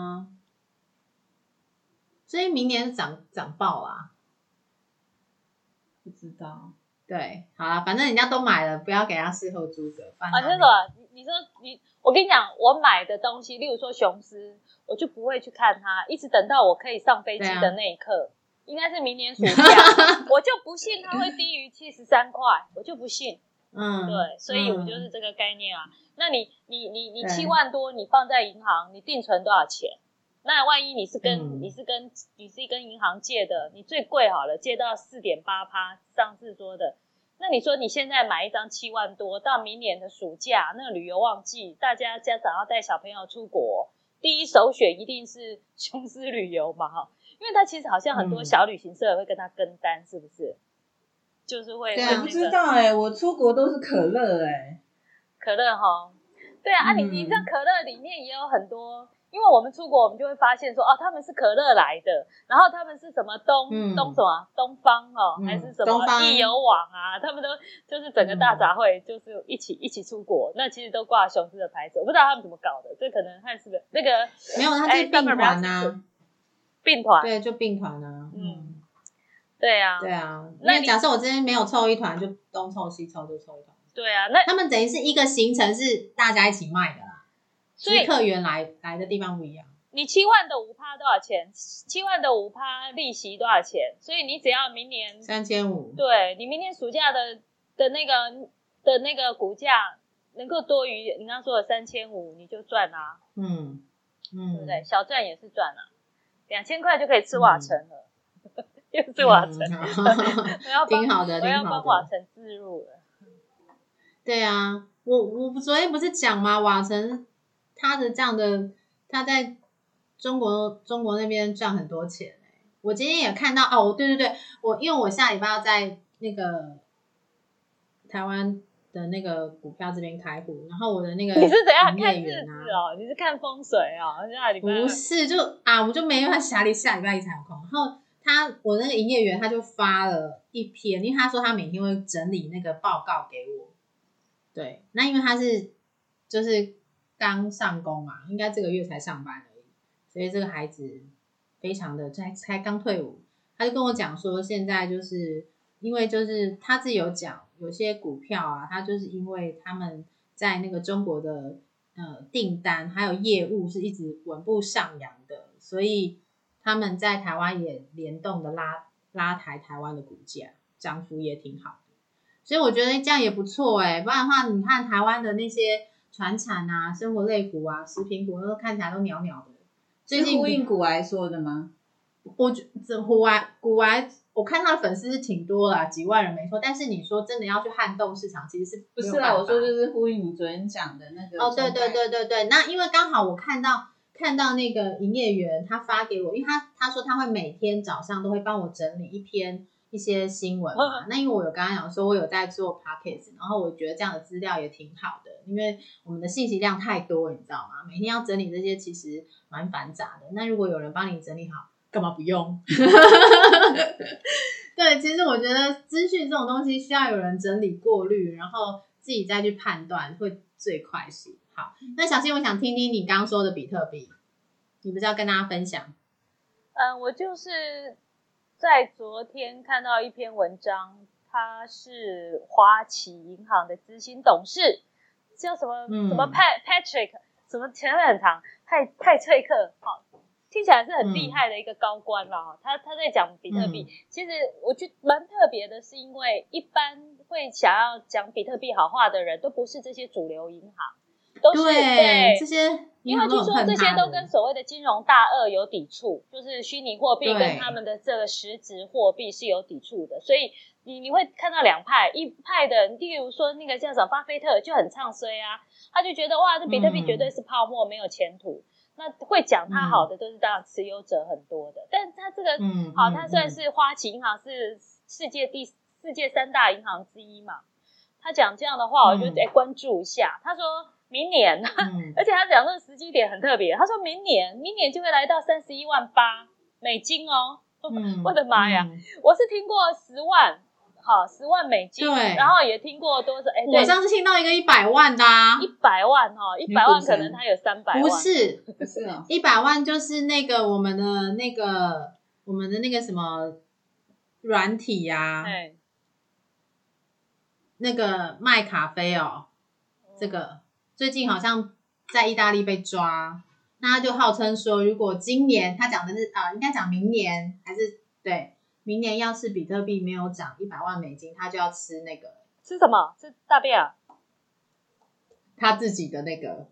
S1: 所以明年涨爆啦。
S3: 不知道。
S1: 对，好啦，反正人家都买了，不要给他事后诸葛。
S2: 那种你说我跟你讲，我买的东西，例如说雄狮，我就不会去看它，一直等到我可以上飞机的那一刻，应该是明年暑假，我就不信它会低于73块，我就不信。对，所以我就是这个概念啊。那你7万多，你放在银行，你定存多少钱？ 那万一你是跟银行借的，你最贵好了，借到 4.8%， 上次说的。那你说你现在买一张7万多，到明年的暑假那个旅游旺季，大家家长要带小朋友出国，第一首选一定是雄狮旅游嘛哈，因为他其实好像很多小旅行社会跟他跟单，是不是？就是会。
S3: 对，不知道我出国都是可乐
S2: 可乐哈，对啊，你像可乐里面也有很多。因为我们出国，我们就会发现说，他们是可乐来的，然后他们是什么东方还是什么易游网啊，他们都就是整个大杂烩，就是一起出国，那其实都挂雄狮的牌子，我不知道他们怎么搞的，这可能汉斯的那个
S1: 没有，他是并团啊，
S2: 并团，
S1: 对，就并团啊，
S2: 对啊，
S1: 对啊，那假设我今天没有凑一团，就东凑西凑就凑一团，
S2: 对啊，那
S1: 他们等于是一个行程是大家一起卖的啦。所以客源来的地方不一样。
S2: 你7万的5%多少钱？7万的5%利息多少钱？所以你只要明年
S1: 3500，
S2: 对，你明年暑假的那个股价能够多于你刚说的3500，你就赚啦。对不对？小赚也是赚啦，2000块就可以吃瓦城了，又是瓦城，
S1: 挺好的，
S2: 我要帮瓦城置入了。
S1: 对啊，我昨天不是讲吗？瓦城。他的这样的，他在中国那边赚很多钱我今天也看到对，因为我下礼拜要在那个台湾的那个股票这边开户，然后我的那个
S2: 你是怎样看日子你是看风水下礼拜
S1: 不是我就没办法下礼拜一才有空。然后我那个营业员他就发了一篇，因为他说他每天会整理那个报告给我。对，那因为他是就是刚上工嘛，应该这个月才上班而已，所以这个孩子非常的才刚退伍，他就跟我讲说，现在就是因为就是他自己有讲，有些股票啊，他就是因为他们在那个中国的订单还有业务是一直稳步上扬的，所以他们在台湾也联动的拉抬台湾的股价，涨幅也挺好的，所以我觉得这样也不错不然的话，你看台湾的那些传产啊、生活类股啊、食品股都看起来都袅袅的。
S3: 最近呼应股癌说的吗？
S1: 我股癌，我看他的粉丝是挺多啦，几万人没错。但是你说真的要去撼动市场，其实是
S3: 不是啦。我说就是呼应你昨天讲的那个。
S1: 对。那因为刚好我看到那个营业员他发给我，因为他说他会每天早上都会帮我整理一些新闻嘛，那因为我有跟他讲说我有在做 podcast， 然后我觉得这样的资料也挺好的，因为我们的信息量太多，你知道吗？每天要整理这些其实蛮繁杂的，那如果有人帮你整理好，干嘛不用？对，其实我觉得资讯这种东西需要有人整理过滤，然后自己再去判断会最快速。好，那小新，我想听听你刚刚说的比特币，你不是要跟大家分享？
S2: 我就是在昨天看到一篇文章，他是花旗银行的执行董事，叫什么什么 Patrick， 什么前面很长，泰翠克，好，听起来是很厉害的一个高官啦。他在讲比特币，其实我觉得蛮特别的，是因为一般会想要讲比特币好话的人，都不是这些主流银行。都是 对
S1: 这些，
S2: 因为听说这些都跟所谓的金融大鳄有抵触，就是虚拟货币跟他们的这个实质货币是有抵触的，所以你会看到两派，一派的，例如说那个叫什么巴菲特就很唱衰啊，他就觉得哇，这比特币绝对是泡沫，没有前途。那会讲他好的都是当然持有者很多的，但他这个好，他虽然是花旗银行是世界3大银行之一嘛，他讲这样的话，我就关注一下。他说明年，而且他讲这个时机点很特别。他说明年就会来到31.8万美金哦。我的妈呀！我是听过10万，好10万美金，然后也听过多少？
S1: 我上次听到一个100万的啊
S2: ，100万哈，100万可能他有300万，
S1: 不是
S3: 哦
S1: ，100万就是那个我们的那个什么软体呀，那个卖咖啡哦，这个最近好像在意大利被抓，那他就号称说，如果今年他讲的是应该讲明年还是对，明年要是比特币没有涨100万美金，他就要吃那个
S2: 吃什么？吃大便啊？
S1: 他自己的那个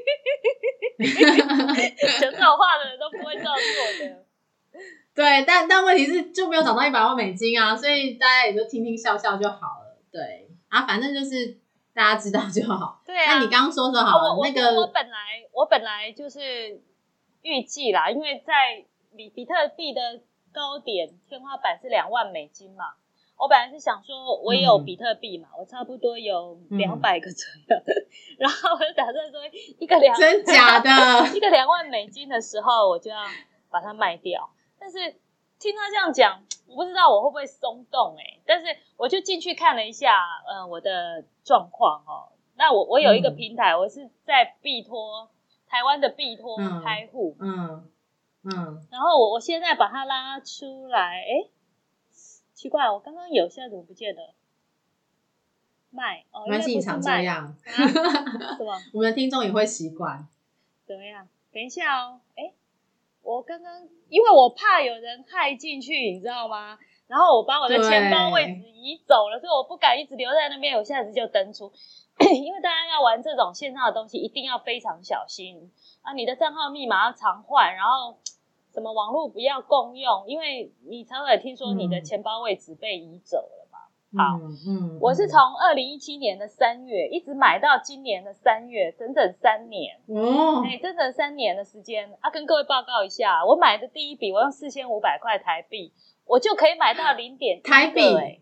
S2: 讲这种话的人都不会照做的。
S1: 对，但问题是就没有涨到100万美金啊，所以大家也就听听笑笑就好了。对啊，反正就是大家知道就好。
S2: 对啊，
S1: 那你刚刚说好了，那个
S2: 我本来就是预计啦，因为在比特币的高点天花板是2万美金嘛，我本来是想说我也有比特币嘛，我差不多有200个左右，然后我就打算说一个
S1: 真假的
S2: 一个2万美金的时候，我就要把它卖掉。但是听他这样讲，我不知道我会不会松动但是我就进去看了一下我的状况哦。那我有一个平台，我是在币托台湾的币托开户，然后我现在把它拉出来，奇怪，我刚刚有，现在怎么不见了？卖哦，
S1: 没关系，常这样，
S2: 什么？
S1: 我们的听众也会习惯。
S2: 怎么样？等一下哦，我刚刚因为我怕有人害进去，你知道吗？然后我把我的钱包位置移走了，所以我不敢一直留在那边，我现在就登出。因为大家要玩这种线上的东西，一定要非常小心啊！你的账号密码要常换，然后什么网络不要共用，因为你常常也听说你的钱包位置被移走了嘛。好，我是从2017年的3月一直买到今年的3月，整整3年。整整3年的时间啊！跟各位报告一下，我买的第一笔，我用4500块台币，我就可以买到0.1个
S1: 台币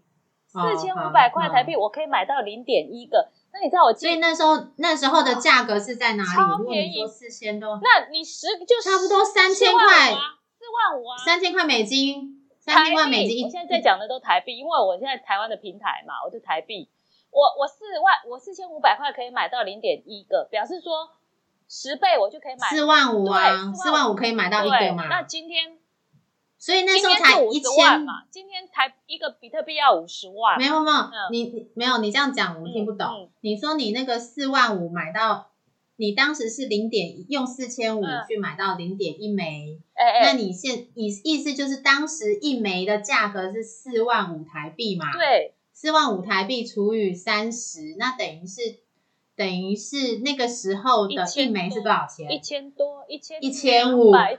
S2: ，4500块台币，我可以买到0.1个。那你知道
S1: 所以那时候的价格是在哪里？
S2: 超便宜，
S1: 如果你说4000多，
S2: 那你就
S1: 差不多3000块
S2: ，4万5啊
S1: ，3000块美金，3000块美金。
S2: 我现在在讲的都台币，因为我现在台湾的平台嘛，我就台币。我4500块可以买到0.1个，表示说10倍我就可以买
S1: 4万5啊，4万5可以买到一个嘛。
S2: 那今天。
S1: 所以那时候才
S2: 50万嘛，今天一个比特币要50万。
S1: 没有，你这样讲我们听不懂。你说你那个4万5买到，你当时是用4500去买到0.1枚，那你意思就是当时1枚的价格是4万5台币嘛？
S2: 对
S1: ，4万5台币除以30，那等于是那个时候的1枚是多少钱
S2: ？1000多
S1: ，1500，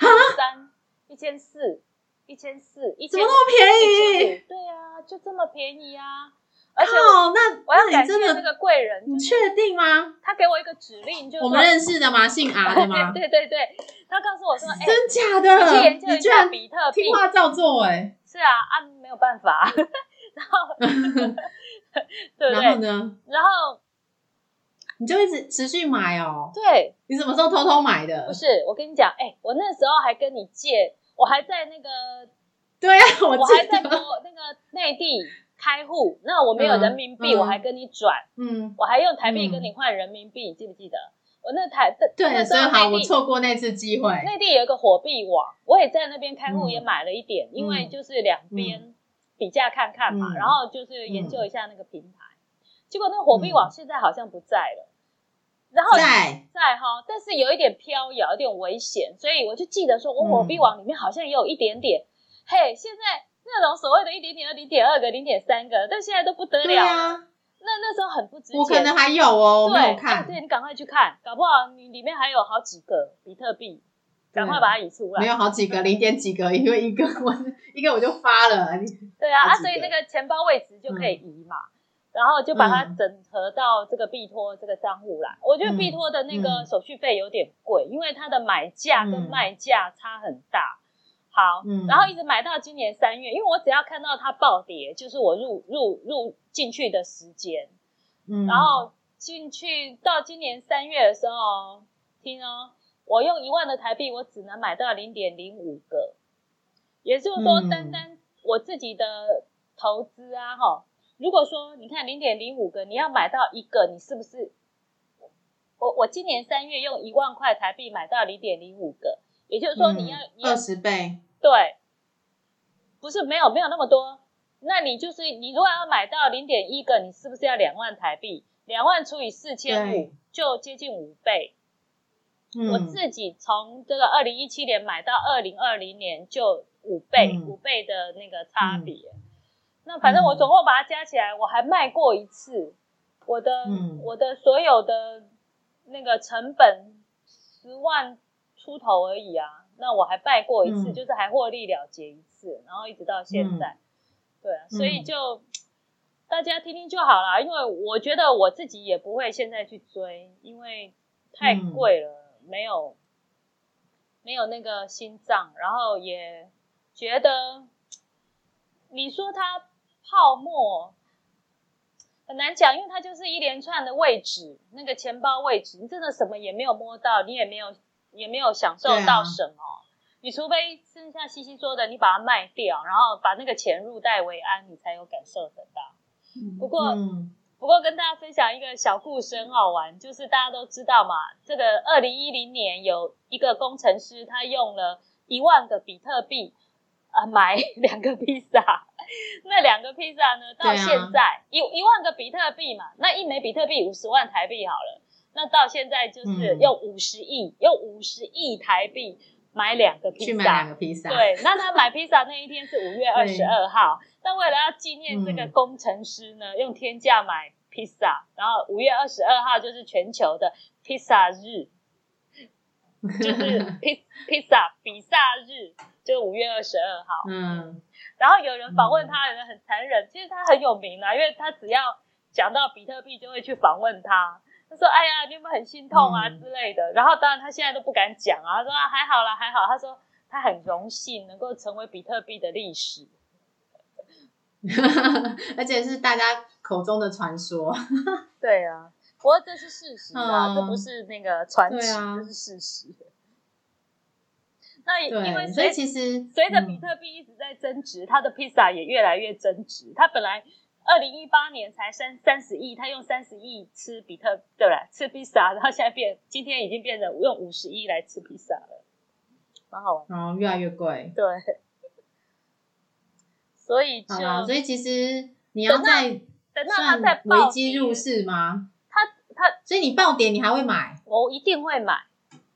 S2: 1300，1400。1400，
S1: 怎么那么便
S2: 宜？对啊，就这么便宜啊！而且
S1: 那
S2: 我要感谢那个贵人，
S1: 你确定吗？
S2: 他给我一个指令，就是
S1: 我们认识的吗？姓 R 的吗？
S2: 对，他告诉我说：“
S1: 真假的？
S2: 你去研究一下比特币，
S1: 听话照做
S2: 是啊，没有办法。然后，对不对？
S1: 然后呢？
S2: 然后
S1: 你就一直持续买哦。
S2: 对，
S1: 你什么时候偷偷买的？
S2: 不是，我跟你讲，我那时候还跟你借。我还在那个，
S1: 对啊，
S2: 我还在那个内地开户，那我没有人民币，我还跟你转，我还用台币跟你换人民币，你记不记得？我那
S1: 对，所以好，我错过那次机会。
S2: 内地有一个火币网，我也在那边开户，也买了一点，因为就是两边比价看看嘛，然后就是研究一下那个平台。结果那个火币网现在好像不在了。然后在哈，但是有一点飘摇，有点危险，所以我就记得说，我火币网里面好像也有一点点，现在那种所谓的一点点、0.2个、0.3个，但现在都不得了了。那时候很不值钱，
S1: 我可能还有哦，没有看。
S2: 对，你赶快去看，搞不好你里面还有好几个比特币，赶快把它移出来。
S1: 没有好几个，0点几个，因为一个我就发了。
S2: 对啊，所以那个钱包位置就可以移嘛。然后就把它整合到这个币托这个账户来。我觉得币托的那个手续费有点贵，因为它的买价跟卖价差很大。好，然后一直买到今年3月，因为我只要看到它暴跌，就是我入进去的时间。然后进去到今年3月的时候，听哦，我用1万的台币，我只能买到0.05个，也就是说，单单我自己的投资啊，如果说你看0.05个，你要买到一个，你是不是？我今年3月用1万块台币买到0.05个，也就是说你要
S1: 20倍，
S2: 对，不是没有那么多。那你如果要买到0.1个，你是不是要2万台币？2万除以4500就接近5倍。我自己从这个2017年买到2020年就5倍的那个差别。那反正我总共把它加起来，我还卖过一次。我的所有的那个成本10万出头而已啊，那我还拜过一次，就是还获利了结一次，然后一直到现在，对啊，所以就大家听听就好啦，因为我觉得我自己也不会现在去追，因为太贵了，没有那个心脏，然后也觉得你说它泡沫很难讲，因为它就是一连串的位置，那个钱包位置，你真的什么也没有摸到，你也没有享受到什么，你除非是像西西说的，你把它卖掉，然后把那个钱入袋为安，你才有感受得到。不过跟大家分享一个小故事，很好玩，就是大家都知道嘛，这个2010年有一个工程师，他用了1万个比特币买2个披萨，那2个披萨呢，到现在1万个比特币嘛，那1枚比特币50万台币好了，那到现在就是用50亿台币买2个披萨，
S1: 去买2个披萨。
S2: 对，那他买披萨那一天是5月22号，但为了要纪念这个工程师呢，用天价买披萨，然后5月22号就是全球的披萨日，就是披萨比萨日，就5月22号。然后有人访问他，有人很残忍，其实他很有名啦，因为他只要讲到比特币就会去访问他。他说：“哎呀，你有没有很心痛啊之类的？”然后当然他现在都不敢讲啊。他说：“还好啦，还好。”他说他很荣幸能够成为比特币的历史，
S1: 而且是大家口中的传说。
S2: 对啊，不过这是事实啊，这不是那个传奇，这是事实。那因为
S1: 所以其实
S2: 随着比特币一直在增值，它的披萨也越来越增值。它本来2018年才30亿，他用30亿吃对吧？吃披萨，然后现在今天已经变成用50亿来吃披萨了，蛮好玩。
S1: 越来越贵。
S2: 对，所以
S1: 其实你要等到
S2: 他再
S1: 危机入市吗？所以你暴跌你还会买？
S2: 我一定会买。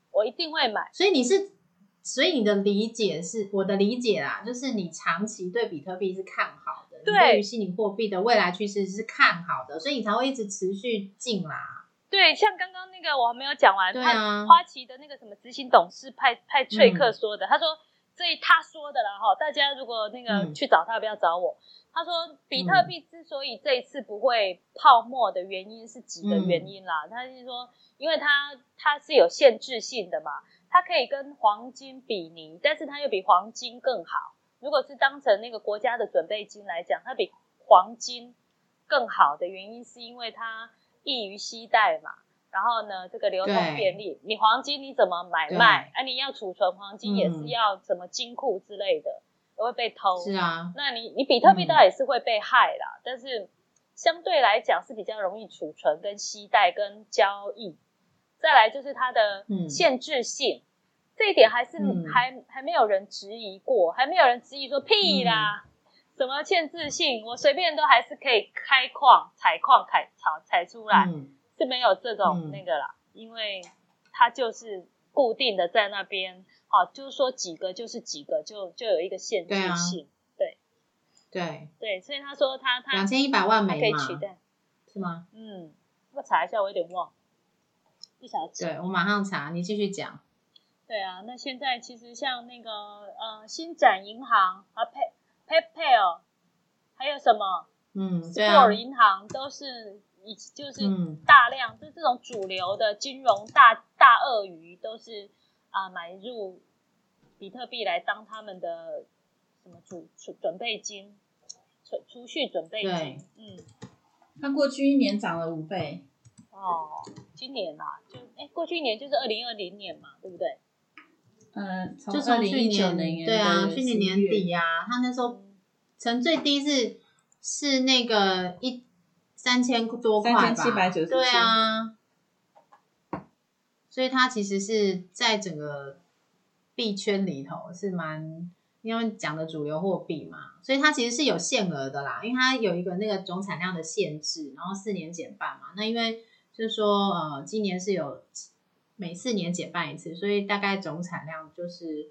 S1: 所以你的理解是我的理解啦，就是你长期对比特币是看好的，对于虚拟货币的未来趋势是看好的，所以你才会一直持续进啦。
S2: 对，像刚刚那个我还没有讲完，
S1: 对啊，
S2: 花旗的那个什么执行董事派翠克说的，他说他说的啦哈，大家如果那个去找他，不要找我。他说比特币之所以这一次不会泡沫的原因是几个原因啦，他是说因为它是有限制性的嘛。它可以跟黄金比拟，但是它又比黄金更好。如果是当成那个国家的准备金来讲，它比黄金更好的原因是因为它易于携带嘛，然后呢这个流通便利。你黄金你怎么买卖你要储存黄金也是要什么金库之类的，都会被偷。
S1: 是啊，
S2: 那你比特币当然也是会被害啦，但是相对来讲是比较容易储存跟携带跟交易。再来就是它的限制性，这一点还是还没有人质疑过，还没有人质疑说屁啦，什么限制性，我随便都还是可以开矿、采矿、采出来，是没有这种那个啦，因为它就是固定的在那边，好，就是说几个就是几个，就有一个限制性，对，所以他说他
S1: 2100万枚
S2: 可以取代，
S1: 是吗？
S2: 我查一下，我有点忘。不晓得。
S1: 对，我马上查，你继续讲。
S2: 对啊，那现在其实像那个新展银行啊 PayPal 还有什么Square 银行都是就是大量就这种主流的金融大鳄鱼都是买入比特币来当他们的什么准备金储蓄准备金。
S3: 它过去1年涨了5倍。
S2: 今年过去1年就是2020年嘛，对不对？
S1: 就从
S3: 2019年
S1: 对啊，去年年底啊，他那时候成最低是那个3000多块吧
S3: ，3797。
S1: 对啊，所以它其实是在整个币圈里头是蛮，因为讲的主流货币嘛，所以它其实是有限额的啦，因为它有一个那个总产量的限制，然后4年减半嘛。那因为就是说今年是有每4年减半一次，所以大概总产量就是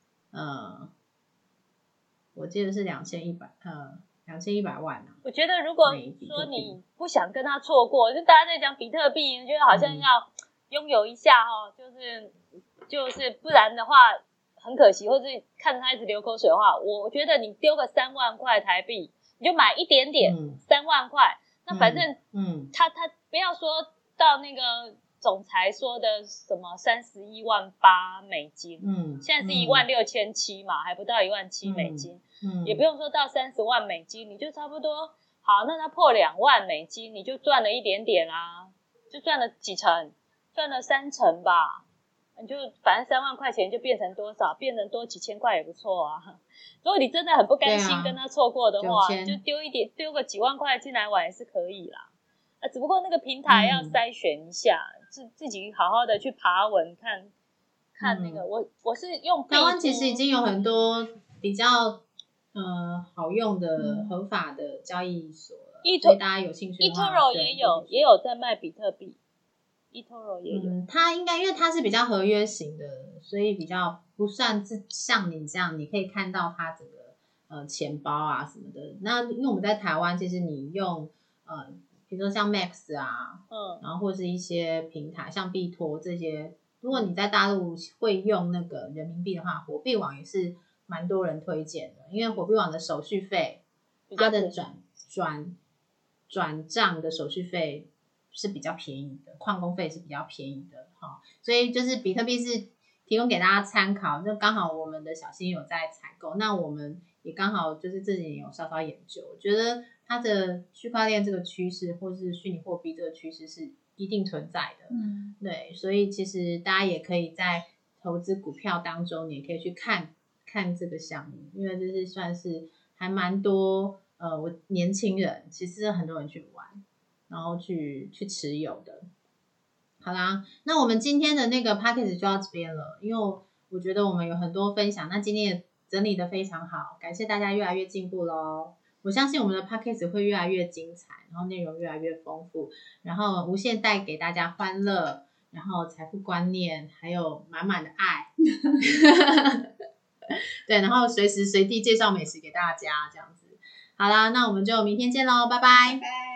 S1: 我记得是2100万啊。
S2: 我觉得如果说你不想跟他错过，就大家在讲比特币，觉得好像要拥有一下就是不然的话很可惜，或是看着他一直流口水的话，我觉得你丢个3万块台币，你就买一点点，3万块，那反正他不要说到那个总裁说的什么31.8万美金，现在是16700嘛，还不到17000美金，也不用说到30万美金，你就差不多好，那他破2万美金，你就赚了一点点啊，就赚了几成，赚了3成吧。你就反正3万块钱就变成多少，变成多几千块也不错啊。如果你真的很不甘心跟他错过的话，你就丢个几万块进来玩也是可以啦。只不过那个平台要筛选一下，自己好好的去爬文看那个。我是用
S1: 台湾其实已经有很多比较好用的合法的交易所了，所以大家有兴趣的话
S2: eToro 也有在卖比特币。eToro 也有，
S1: 它应该因为它是比较合约型的，所以比较不算像你这样，你可以看到它整个钱包啊什么的。那因为我们在台湾，其实你用比如说像 Max 啊，然后或是一些平台像币托这些，如果你在大陆会用那个人民币的话，火币网也是蛮多人推荐的，因为火币网的手续费，它的转账的手续费是比较便宜的，矿工费是比较便宜的，所以就是比特币是提供给大家参考。就刚好我们的小新有在采购，那我们也刚好就是这几年有稍稍研究，我觉得它的区块链这个趋势，或是虚拟货币这个趋势是一定存在的。对，所以其实大家也可以在投资股票当中，你也可以去看这个项目，因为这是算是还蛮多我年轻人其实很多人去玩，然后去持有的。好啦，那我们今天的那个 package 就到这边了，因为我觉得我们有很多分享，那今天也整理的非常好，感谢大家越来越进步咯。我相信我们的 package 会越来越精彩，然后内容越来越丰富，然后无限带给大家欢乐，然后财富观念，还有满满的爱。对，然后随时随地介绍美食给大家这样子。好啦，那我们就明天见咯，拜拜。
S3: 拜拜。